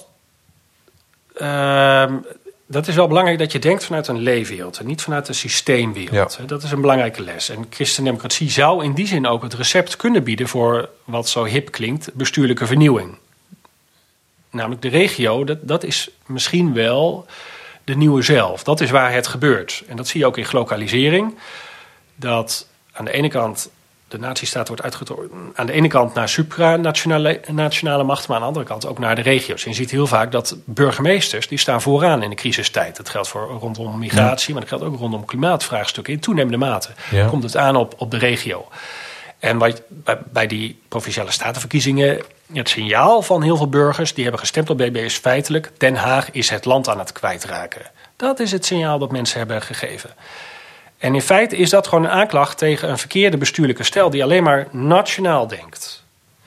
Uh, dat is wel belangrijk dat je denkt vanuit een leefwereld en niet vanuit een systeemwereld. Ja. Dat is een belangrijke les. En christendemocratie zou in die zin ook het recept kunnen bieden voor wat zo hip klinkt, bestuurlijke vernieuwing. Namelijk de regio, dat, dat is misschien wel de nieuwe zelf. Dat is waar het gebeurt. En dat zie je ook in glokalisering. Dat aan de ene kant de natiestaat wordt uitgetrokken aan de ene kant naar supranationale nationale macht, maar aan de andere kant ook naar de regio's. En je ziet heel vaak dat burgemeesters, die staan vooraan in de crisistijd. Dat geldt voor rondom migratie, ja. maar dat geldt ook rondom klimaatvraagstukken. In toenemende mate ja. komt het aan op, op de regio. En bij, bij, bij die provinciale statenverkiezingen, het signaal van heel veel burgers die hebben gestemd op B B B is feitelijk: Den Haag is het land aan het kwijtraken. Dat is het signaal dat mensen hebben gegeven. En in feite is dat gewoon een aanklacht tegen een verkeerde bestuurlijke stijl die alleen maar nationaal denkt.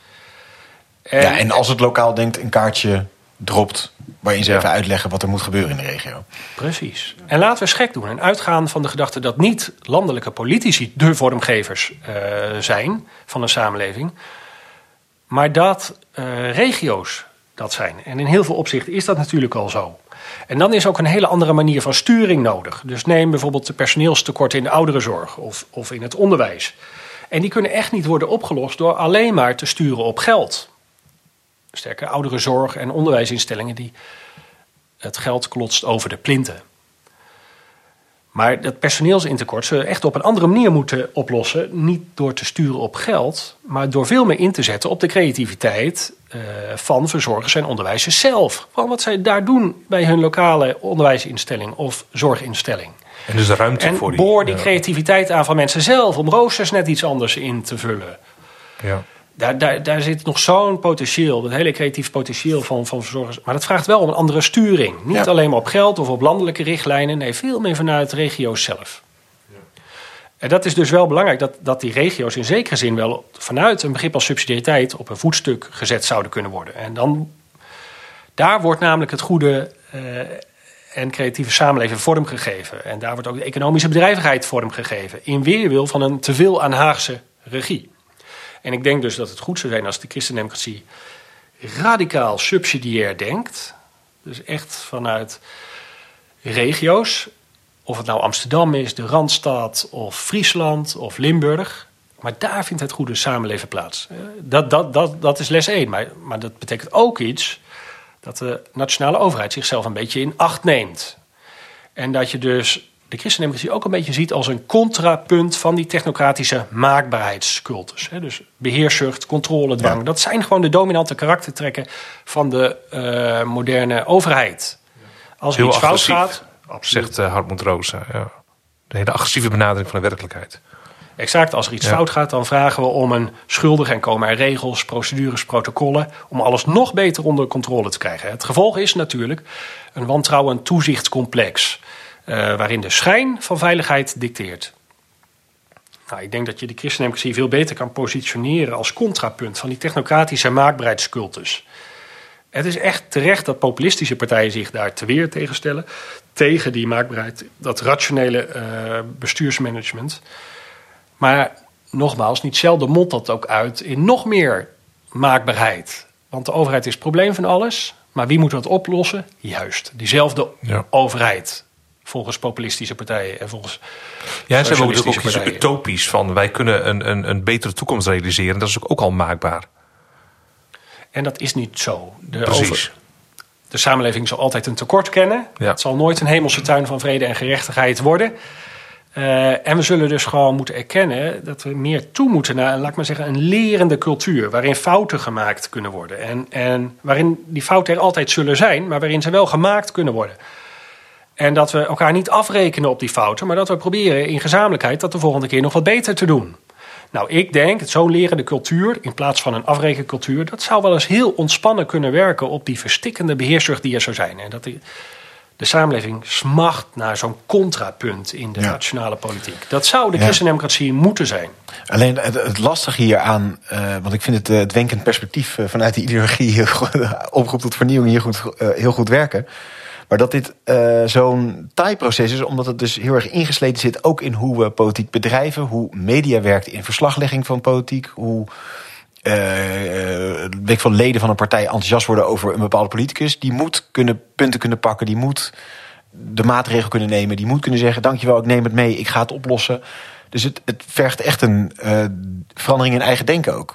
En, ja, en als het lokaal denkt, een kaartje dropt waarin ze ja. even uitleggen wat er moet gebeuren in de regio. Precies. En laten we eens gek doen en uitgaan van de gedachte dat niet landelijke politici de vormgevers uh, zijn van een samenleving, maar dat uh, regio's dat zijn. En in heel veel opzichten is dat natuurlijk al zo. En dan is ook een hele andere manier van sturing nodig. Dus neem bijvoorbeeld de personeelstekorten in de ouderenzorg of, of in het onderwijs. En die kunnen echt niet worden opgelost door alleen maar te sturen op geld. Sterker, ouderenzorg en onderwijsinstellingen die het geld klotst over de plinten. Maar dat personeelsintekort zullen we echt op een andere manier moeten oplossen. Niet door te sturen op geld, maar door veel meer in te zetten op de creativiteit uh, van verzorgers en onderwijzers zelf. Van wat zij daar doen bij hun lokale onderwijsinstelling of zorginstelling. En dus de ruimte en voor die... boor die ja. creativiteit aan van mensen zelf om roosters net iets anders in te vullen. Ja. Daar, daar, daar zit nog zo'n potentieel, dat hele creatief potentieel van, van verzorgers. Maar dat vraagt wel om een andere sturing. Niet ja. alleen maar op geld of op landelijke richtlijnen. Nee, veel meer vanuit regio's zelf. Ja. En dat is dus wel belangrijk dat, dat die regio's in zekere zin wel vanuit een begrip als subsidiariteit op een voetstuk gezet zouden kunnen worden. En dan, daar wordt namelijk het goede uh, en creatieve samenleving vormgegeven. En daar wordt ook de economische bedrijvigheid vormgegeven. In weerwil van een teveel aan Haagse regie. En ik denk dus dat het goed zou zijn als de christendemocratie radicaal subsidiair denkt. Dus echt vanuit regio's. Of het nou Amsterdam is, de Randstad of Friesland of Limburg. Maar daar vindt het goede samenleven plaats. Dat, dat, dat, dat is les één. Maar, maar dat betekent ook iets dat de nationale overheid zichzelf een beetje in acht neemt. En dat je dus de christendemocratie ook een beetje ziet als een contrapunt van die technocratische maakbaarheidscultus. Dus beheerszucht, controle, dwang. Ja. Dat zijn gewoon de dominante karaktertrekken van de uh, moderne overheid. Als er Heel iets fout gaat... Absoluut. Zegt uh, Hartmut Rosa. Ja. De hele agressieve benadering van de werkelijkheid. Exact. Als er iets ja. fout gaat, dan vragen we om een schuldige en komen er regels, procedures, protocollen om alles nog beter onder controle te krijgen. Het gevolg is natuurlijk een wantrouwend toezichtscomplex, uh, waarin de schijn van veiligheid dicteert. Nou, ik denk dat je de christendemocratie veel beter kan positioneren als contrapunt van die technocratische maakbaarheidscultus. Het is echt terecht dat populistische partijen zich daar te weer tegen stellen. Tegen die maakbaarheid, dat rationele uh, bestuursmanagement. Maar nogmaals, niet zelden mondt dat ook uit in nog meer maakbaarheid. Want de overheid is het probleem van alles. Maar wie moet dat oplossen? Juist, diezelfde ja. overheid. Volgens populistische partijen en volgens ja, ze hebben ook iets utopisch van wij kunnen een, een, een betere toekomst realiseren. Dat is ook al maakbaar. En dat is niet zo. De, Precies. over, de samenleving zal altijd een tekort kennen. Ja. Het zal nooit een hemelse tuin van vrede en gerechtigheid worden. Uh, en we zullen dus gewoon moeten erkennen dat we meer toe moeten naar, laat ik maar zeggen, een lerende cultuur. Waarin fouten gemaakt kunnen worden. En, en waarin die fouten er altijd zullen zijn, maar waarin ze wel gemaakt kunnen worden. En dat we elkaar niet afrekenen op die fouten, maar dat we proberen in gezamenlijkheid dat de volgende keer nog wat beter te doen. Nou, ik denk, zo'n lerende cultuur in plaats van een afrekencultuur, dat zou wel eens heel ontspannen kunnen werken op die verstikkende beheerszucht die er zou zijn. En dat de, de samenleving smacht naar zo'n contrapunt in de ja. nationale politiek. Dat zou de ja. christendemocratie moeten zijn. Alleen het, het lastige hieraan, uh, want ik vind het, uh, het wenkend perspectief uh, vanuit de ideologie heel goed, uh, oproep tot vernieuwing hier goed, uh, heel goed werken. Maar dat dit uh, zo'n taai proces is, omdat het dus heel erg ingesleten zit ook in hoe we politiek bedrijven, hoe media werkt in verslaglegging van politiek, hoe uh, weet ik veel, leden van een partij enthousiast worden over een bepaalde politicus. Die moet kunnen punten kunnen pakken, die moet de maatregel kunnen nemen, die moet kunnen zeggen, dankjewel, ik neem het mee, ik ga het oplossen. Dus het, het vergt echt een uh, verandering in eigen denken ook.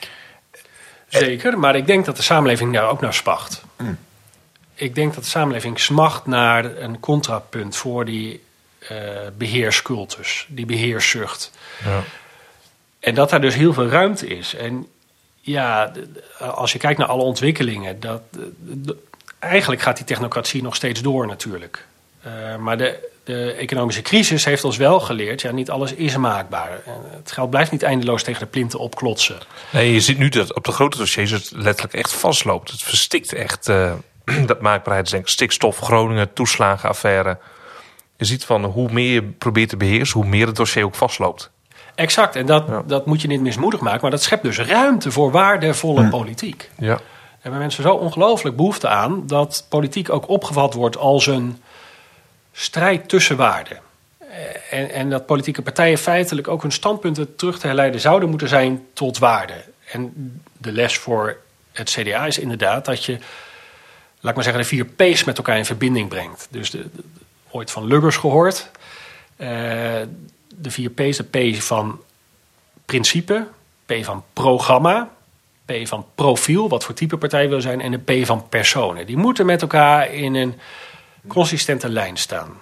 Zeker, maar ik denk dat de samenleving daar ook naar spacht. Mm. Ik denk dat de samenleving smacht naar een contrapunt voor die uh, beheerscultus, die beheerszucht. Ja. En dat daar dus heel veel ruimte is. En ja, als je kijkt naar alle ontwikkelingen, dat, de, eigenlijk gaat die technocratie nog steeds door natuurlijk. Uh, maar de, de economische crisis heeft ons wel geleerd, ja, niet alles is maakbaar. Het geld blijft niet eindeloos tegen de plinten opklotsen. Nee, je ziet nu dat op de grote dossiers het letterlijk echt vastloopt. Het verstikt echt... Uh... dat maakbaarheid is denk ik stikstof, Groningen, toeslagenaffaire. Je ziet van hoe meer je probeert te beheersen, hoe meer het dossier ook vastloopt. Exact, en dat, ja. dat moet je niet mismoedig maken. Maar dat schept dus ruimte voor waardevolle hm. politiek. Ja. Er hebben mensen zo ongelooflijk behoefte aan dat politiek ook opgevat wordt als een strijd tussen waarden. En, en dat politieke partijen feitelijk ook hun standpunten terug te herleiden zouden moeten zijn tot waarden. En de les voor het C D A is inderdaad dat je, laat ik maar zeggen, de vier P's met elkaar in verbinding brengt. Dus de, de, ooit van Lubbers gehoord. Uh, de vier P's, de P van principe, P van programma, P van profiel, wat voor type partij wil zijn, en de P van personen. Die moeten met elkaar in een consistente lijn staan.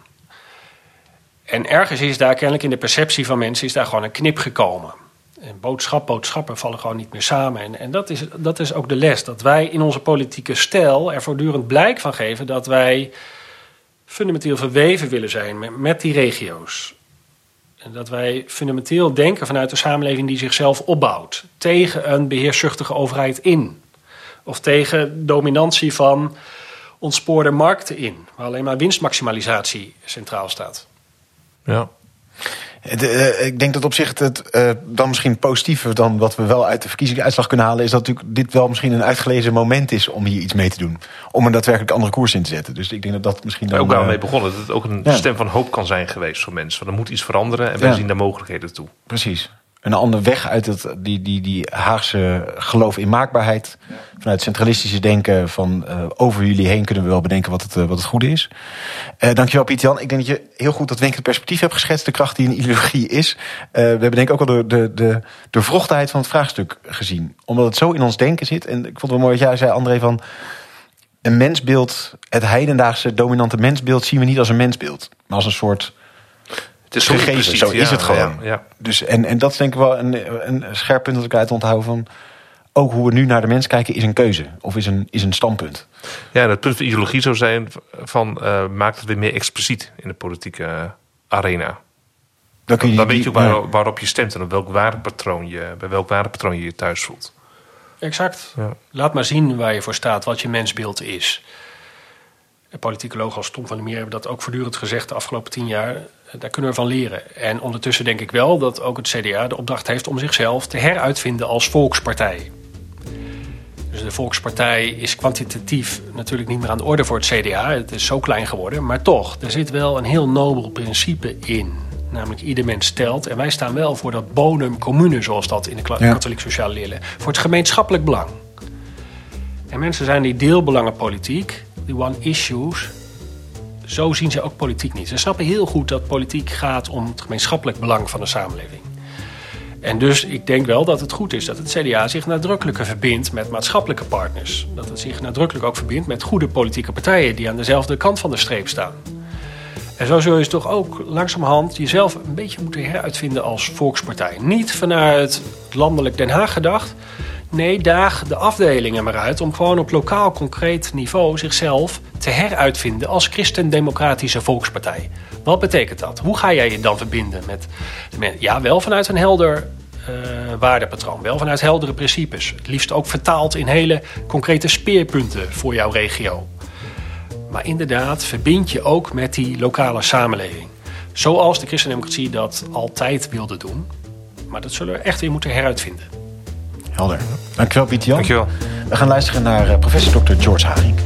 En ergens is daar kennelijk in de perceptie van mensen is daar gewoon een knip gekomen. En boodschap, boodschappen vallen gewoon niet meer samen. En, en dat, is, dat is ook de les. Dat wij in onze politieke stijl er voortdurend blijk van geven dat wij fundamenteel verweven willen zijn met, met die regio's. En dat wij fundamenteel denken vanuit een samenleving die zichzelf opbouwt. Tegen een beheerszuchtige overheid in. Of tegen dominantie van ontspoorde markten in. Waar alleen maar winstmaximalisatie centraal staat. Ja. De, uh, ik denk dat op zich het, het uh, dan misschien positiever dan wat we wel uit de verkiezingsuitslag kunnen halen, is dat natuurlijk dit wel misschien een uitgelezen moment is om hier iets mee te doen. Om een daadwerkelijk andere koers in te zetten. Dus ik denk dat dat misschien dan... Ook daarmee uh, begonnen. Dat het ook een ja. stem van hoop kan zijn geweest voor mensen. Want er moet iets veranderen en wij ja. zien daar mogelijkheden toe. Precies. Een andere weg uit het, die, die, die Haagse geloof in maakbaarheid. Ja. Vanuit centralistische denken van uh, over jullie heen kunnen we wel bedenken wat het, uh, wat het goede is. Uh, dankjewel Piet-Jan. Ik denk dat je heel goed dat wenkend perspectief hebt geschetst. De kracht die een ideologie is. Uh, we hebben denk ik ook al de, de, de, de vrochtheid van het vraagstuk gezien. Omdat het zo in ons denken zit. En ik vond het wel mooi wat jij zei, André, van een mensbeeld, het heidendaagse dominante mensbeeld zien we niet als een mensbeeld. Maar als een soort... Het is gegeven, precies, zo is ja, het gewoon. Ja, ja. Dus, en, en dat is denk ik wel een, een scherp punt dat ik uit onthoud van... ook hoe we nu naar de mens kijken is een keuze. Of is een, is een standpunt. Ja, en het punt van ideologie zou zijn van... Uh, maakt het weer meer expliciet in de politieke uh, arena. Dan, kun je dan die, weet je ook waar, ja. waarop je stemt... en op welk waardepatroon je, bij welk waardepatroon je je thuis voelt. Exact. Ja. Laat maar zien waar je voor staat, wat je mensbeeld is. Politicologen als Tom van der Meer hebben dat ook voortdurend gezegd de afgelopen tien jaar. Daar kunnen we van leren. En ondertussen denk ik wel dat ook het C D A de opdracht heeft om zichzelf te heruitvinden als volkspartij. Dus de volkspartij is kwantitatief natuurlijk niet meer aan de orde voor het C D A. Het is zo klein geworden. Maar toch, er zit wel een heel nobel principe in. Namelijk ieder mens telt. En wij staan wel voor dat bonum commune, zoals dat in de ja. katholiek sociale leerlen. Voor het gemeenschappelijk belang. En mensen zijn die deelbelangenpolitiek, die one issues, zo zien ze ook politiek niet. Ze snappen heel goed dat politiek gaat om het gemeenschappelijk belang van de samenleving. En dus ik denk wel dat het goed is dat het C D A zich nadrukkelijker verbindt met maatschappelijke partners. Dat het zich nadrukkelijk ook verbindt met goede politieke partijen die aan dezelfde kant van de streep staan. En zo zul je toch ook langzamerhand jezelf een beetje moeten heruitvinden als volkspartij. Niet vanuit landelijk Den Haag gedacht. Nee, daag de afdelingen maar uit om gewoon op lokaal concreet niveau zichzelf te heruitvinden als christendemocratische volkspartij. Wat betekent dat? Hoe ga jij je dan verbinden met de mensen? Ja, wel vanuit een helder uh, waardepatroon, wel vanuit heldere principes. Het liefst ook vertaald in hele concrete speerpunten voor jouw regio. Maar inderdaad, verbind je ook met die lokale samenleving. Zoals de christendemocratie dat altijd wilde doen. Maar dat zullen we echt weer moeten heruitvinden. Helder. Dankjewel, Piet-Jan. Dankjewel. We gaan luisteren naar uh, professor dokter George Haring.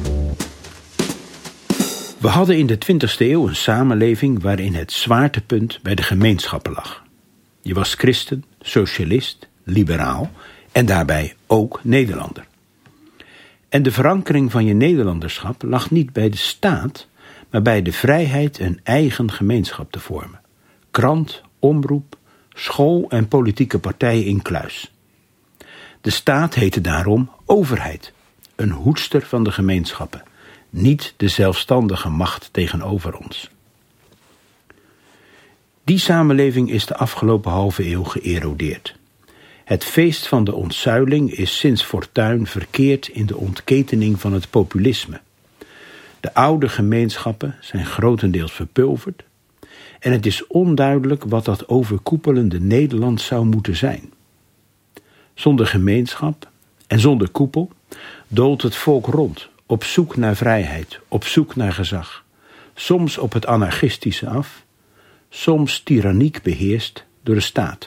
We hadden in de twintigste eeuw een samenleving waarin het zwaartepunt bij de gemeenschappen lag. Je was christen, socialist, liberaal en daarbij ook Nederlander. En de verankering van je Nederlanderschap lag niet bij de staat, maar bij de vrijheid een eigen gemeenschap te vormen. Krant, omroep, school en politieke partij incluis. De staat heette daarom overheid, een hoedster van de gemeenschappen, niet de zelfstandige macht tegenover ons. Die samenleving is de afgelopen halve eeuw geërodeerd. Het feest van de ontzuiling is sinds Fortuyn verkeerd in de ontketening van het populisme. De oude gemeenschappen zijn grotendeels verpulverd en het is onduidelijk wat dat overkoepelende Nederland zou moeten zijn. Zonder gemeenschap en zonder koepel doolt het volk rond, op zoek naar vrijheid, op zoek naar gezag. Soms op het anarchistische af, soms tyranniek beheerst door de staat.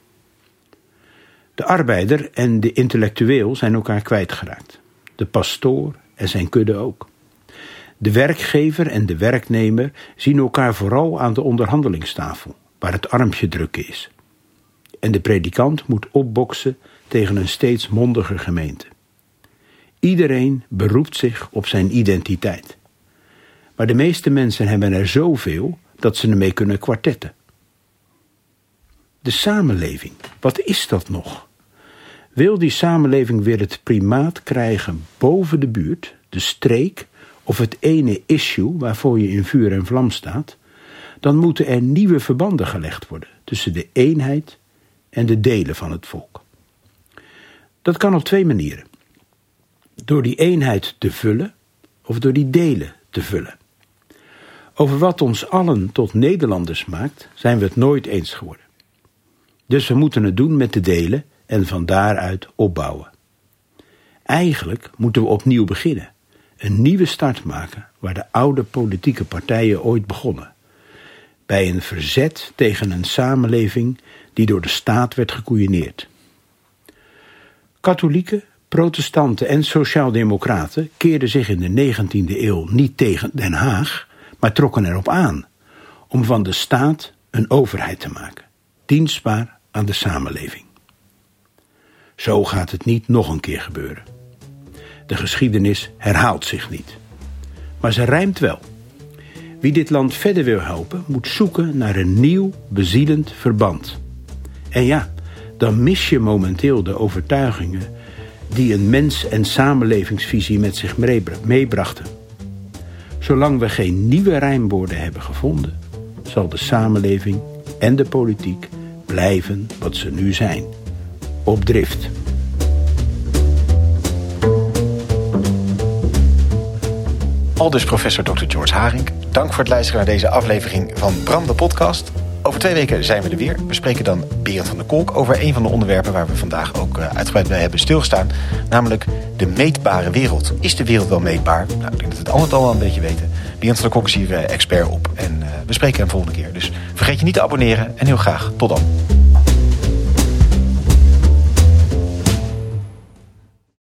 De arbeider en de intellectueel zijn elkaar kwijtgeraakt. De pastoor en zijn kudde ook. De werkgever en de werknemer zien elkaar vooral aan de onderhandelingstafel, waar het armpje drukken is. En de predikant moet opboksen tegen een steeds mondiger gemeente. Iedereen beroept zich op zijn identiteit. Maar de meeste mensen hebben er zoveel dat ze ermee kunnen kwartetten. De samenleving, wat is dat nog? Wil die samenleving weer het primaat krijgen boven de buurt, de streek of het ene issue waarvoor je in vuur en vlam staat, dan moeten er nieuwe verbanden gelegd worden tussen de eenheid en de delen van het volk. Dat kan op twee manieren. Door die eenheid te vullen of door die delen te vullen. Over wat ons allen tot Nederlanders maakt, zijn we het nooit eens geworden. Dus we moeten het doen met de delen en van daaruit opbouwen. Eigenlijk moeten we opnieuw beginnen. Een nieuwe start maken waar de oude politieke partijen ooit begonnen. bij een verzet tegen een samenleving die door de staat werd gekoeieneerd. Katholieken, protestanten en sociaaldemocraten keerden zich in de negentiende eeuw niet tegen Den Haag, maar trokken erop aan om van de staat een overheid te maken, dienstbaar aan de samenleving. Zo gaat het niet nog een keer gebeuren. De geschiedenis herhaalt zich niet. Maar ze rijmt wel. Wie dit land verder wil helpen, moet zoeken naar een nieuw, bezielend verband. En ja, dan mis je momenteel de overtuigingen die een mens- en samenlevingsvisie met zich meebrachten. Zolang we geen nieuwe rijmwoorden hebben gevonden, zal de samenleving en de politiek blijven wat ze nu zijn. Op drift. Aldus professor dokter George Haring. Dank voor het luisteren naar deze aflevering van Bram de podcast. Over twee weken zijn we er weer. We spreken dan Berend van der Kolk over een van de onderwerpen waar we vandaag ook uitgebreid bij hebben stilgestaan. Namelijk de meetbare wereld. Is de wereld wel meetbaar? Nou, ik denk dat we het altijd al wel een beetje weten. Berend van der Kolk is hier expert op. En uh, we spreken hem volgende keer. Dus vergeet je niet te abonneren en heel graag tot dan.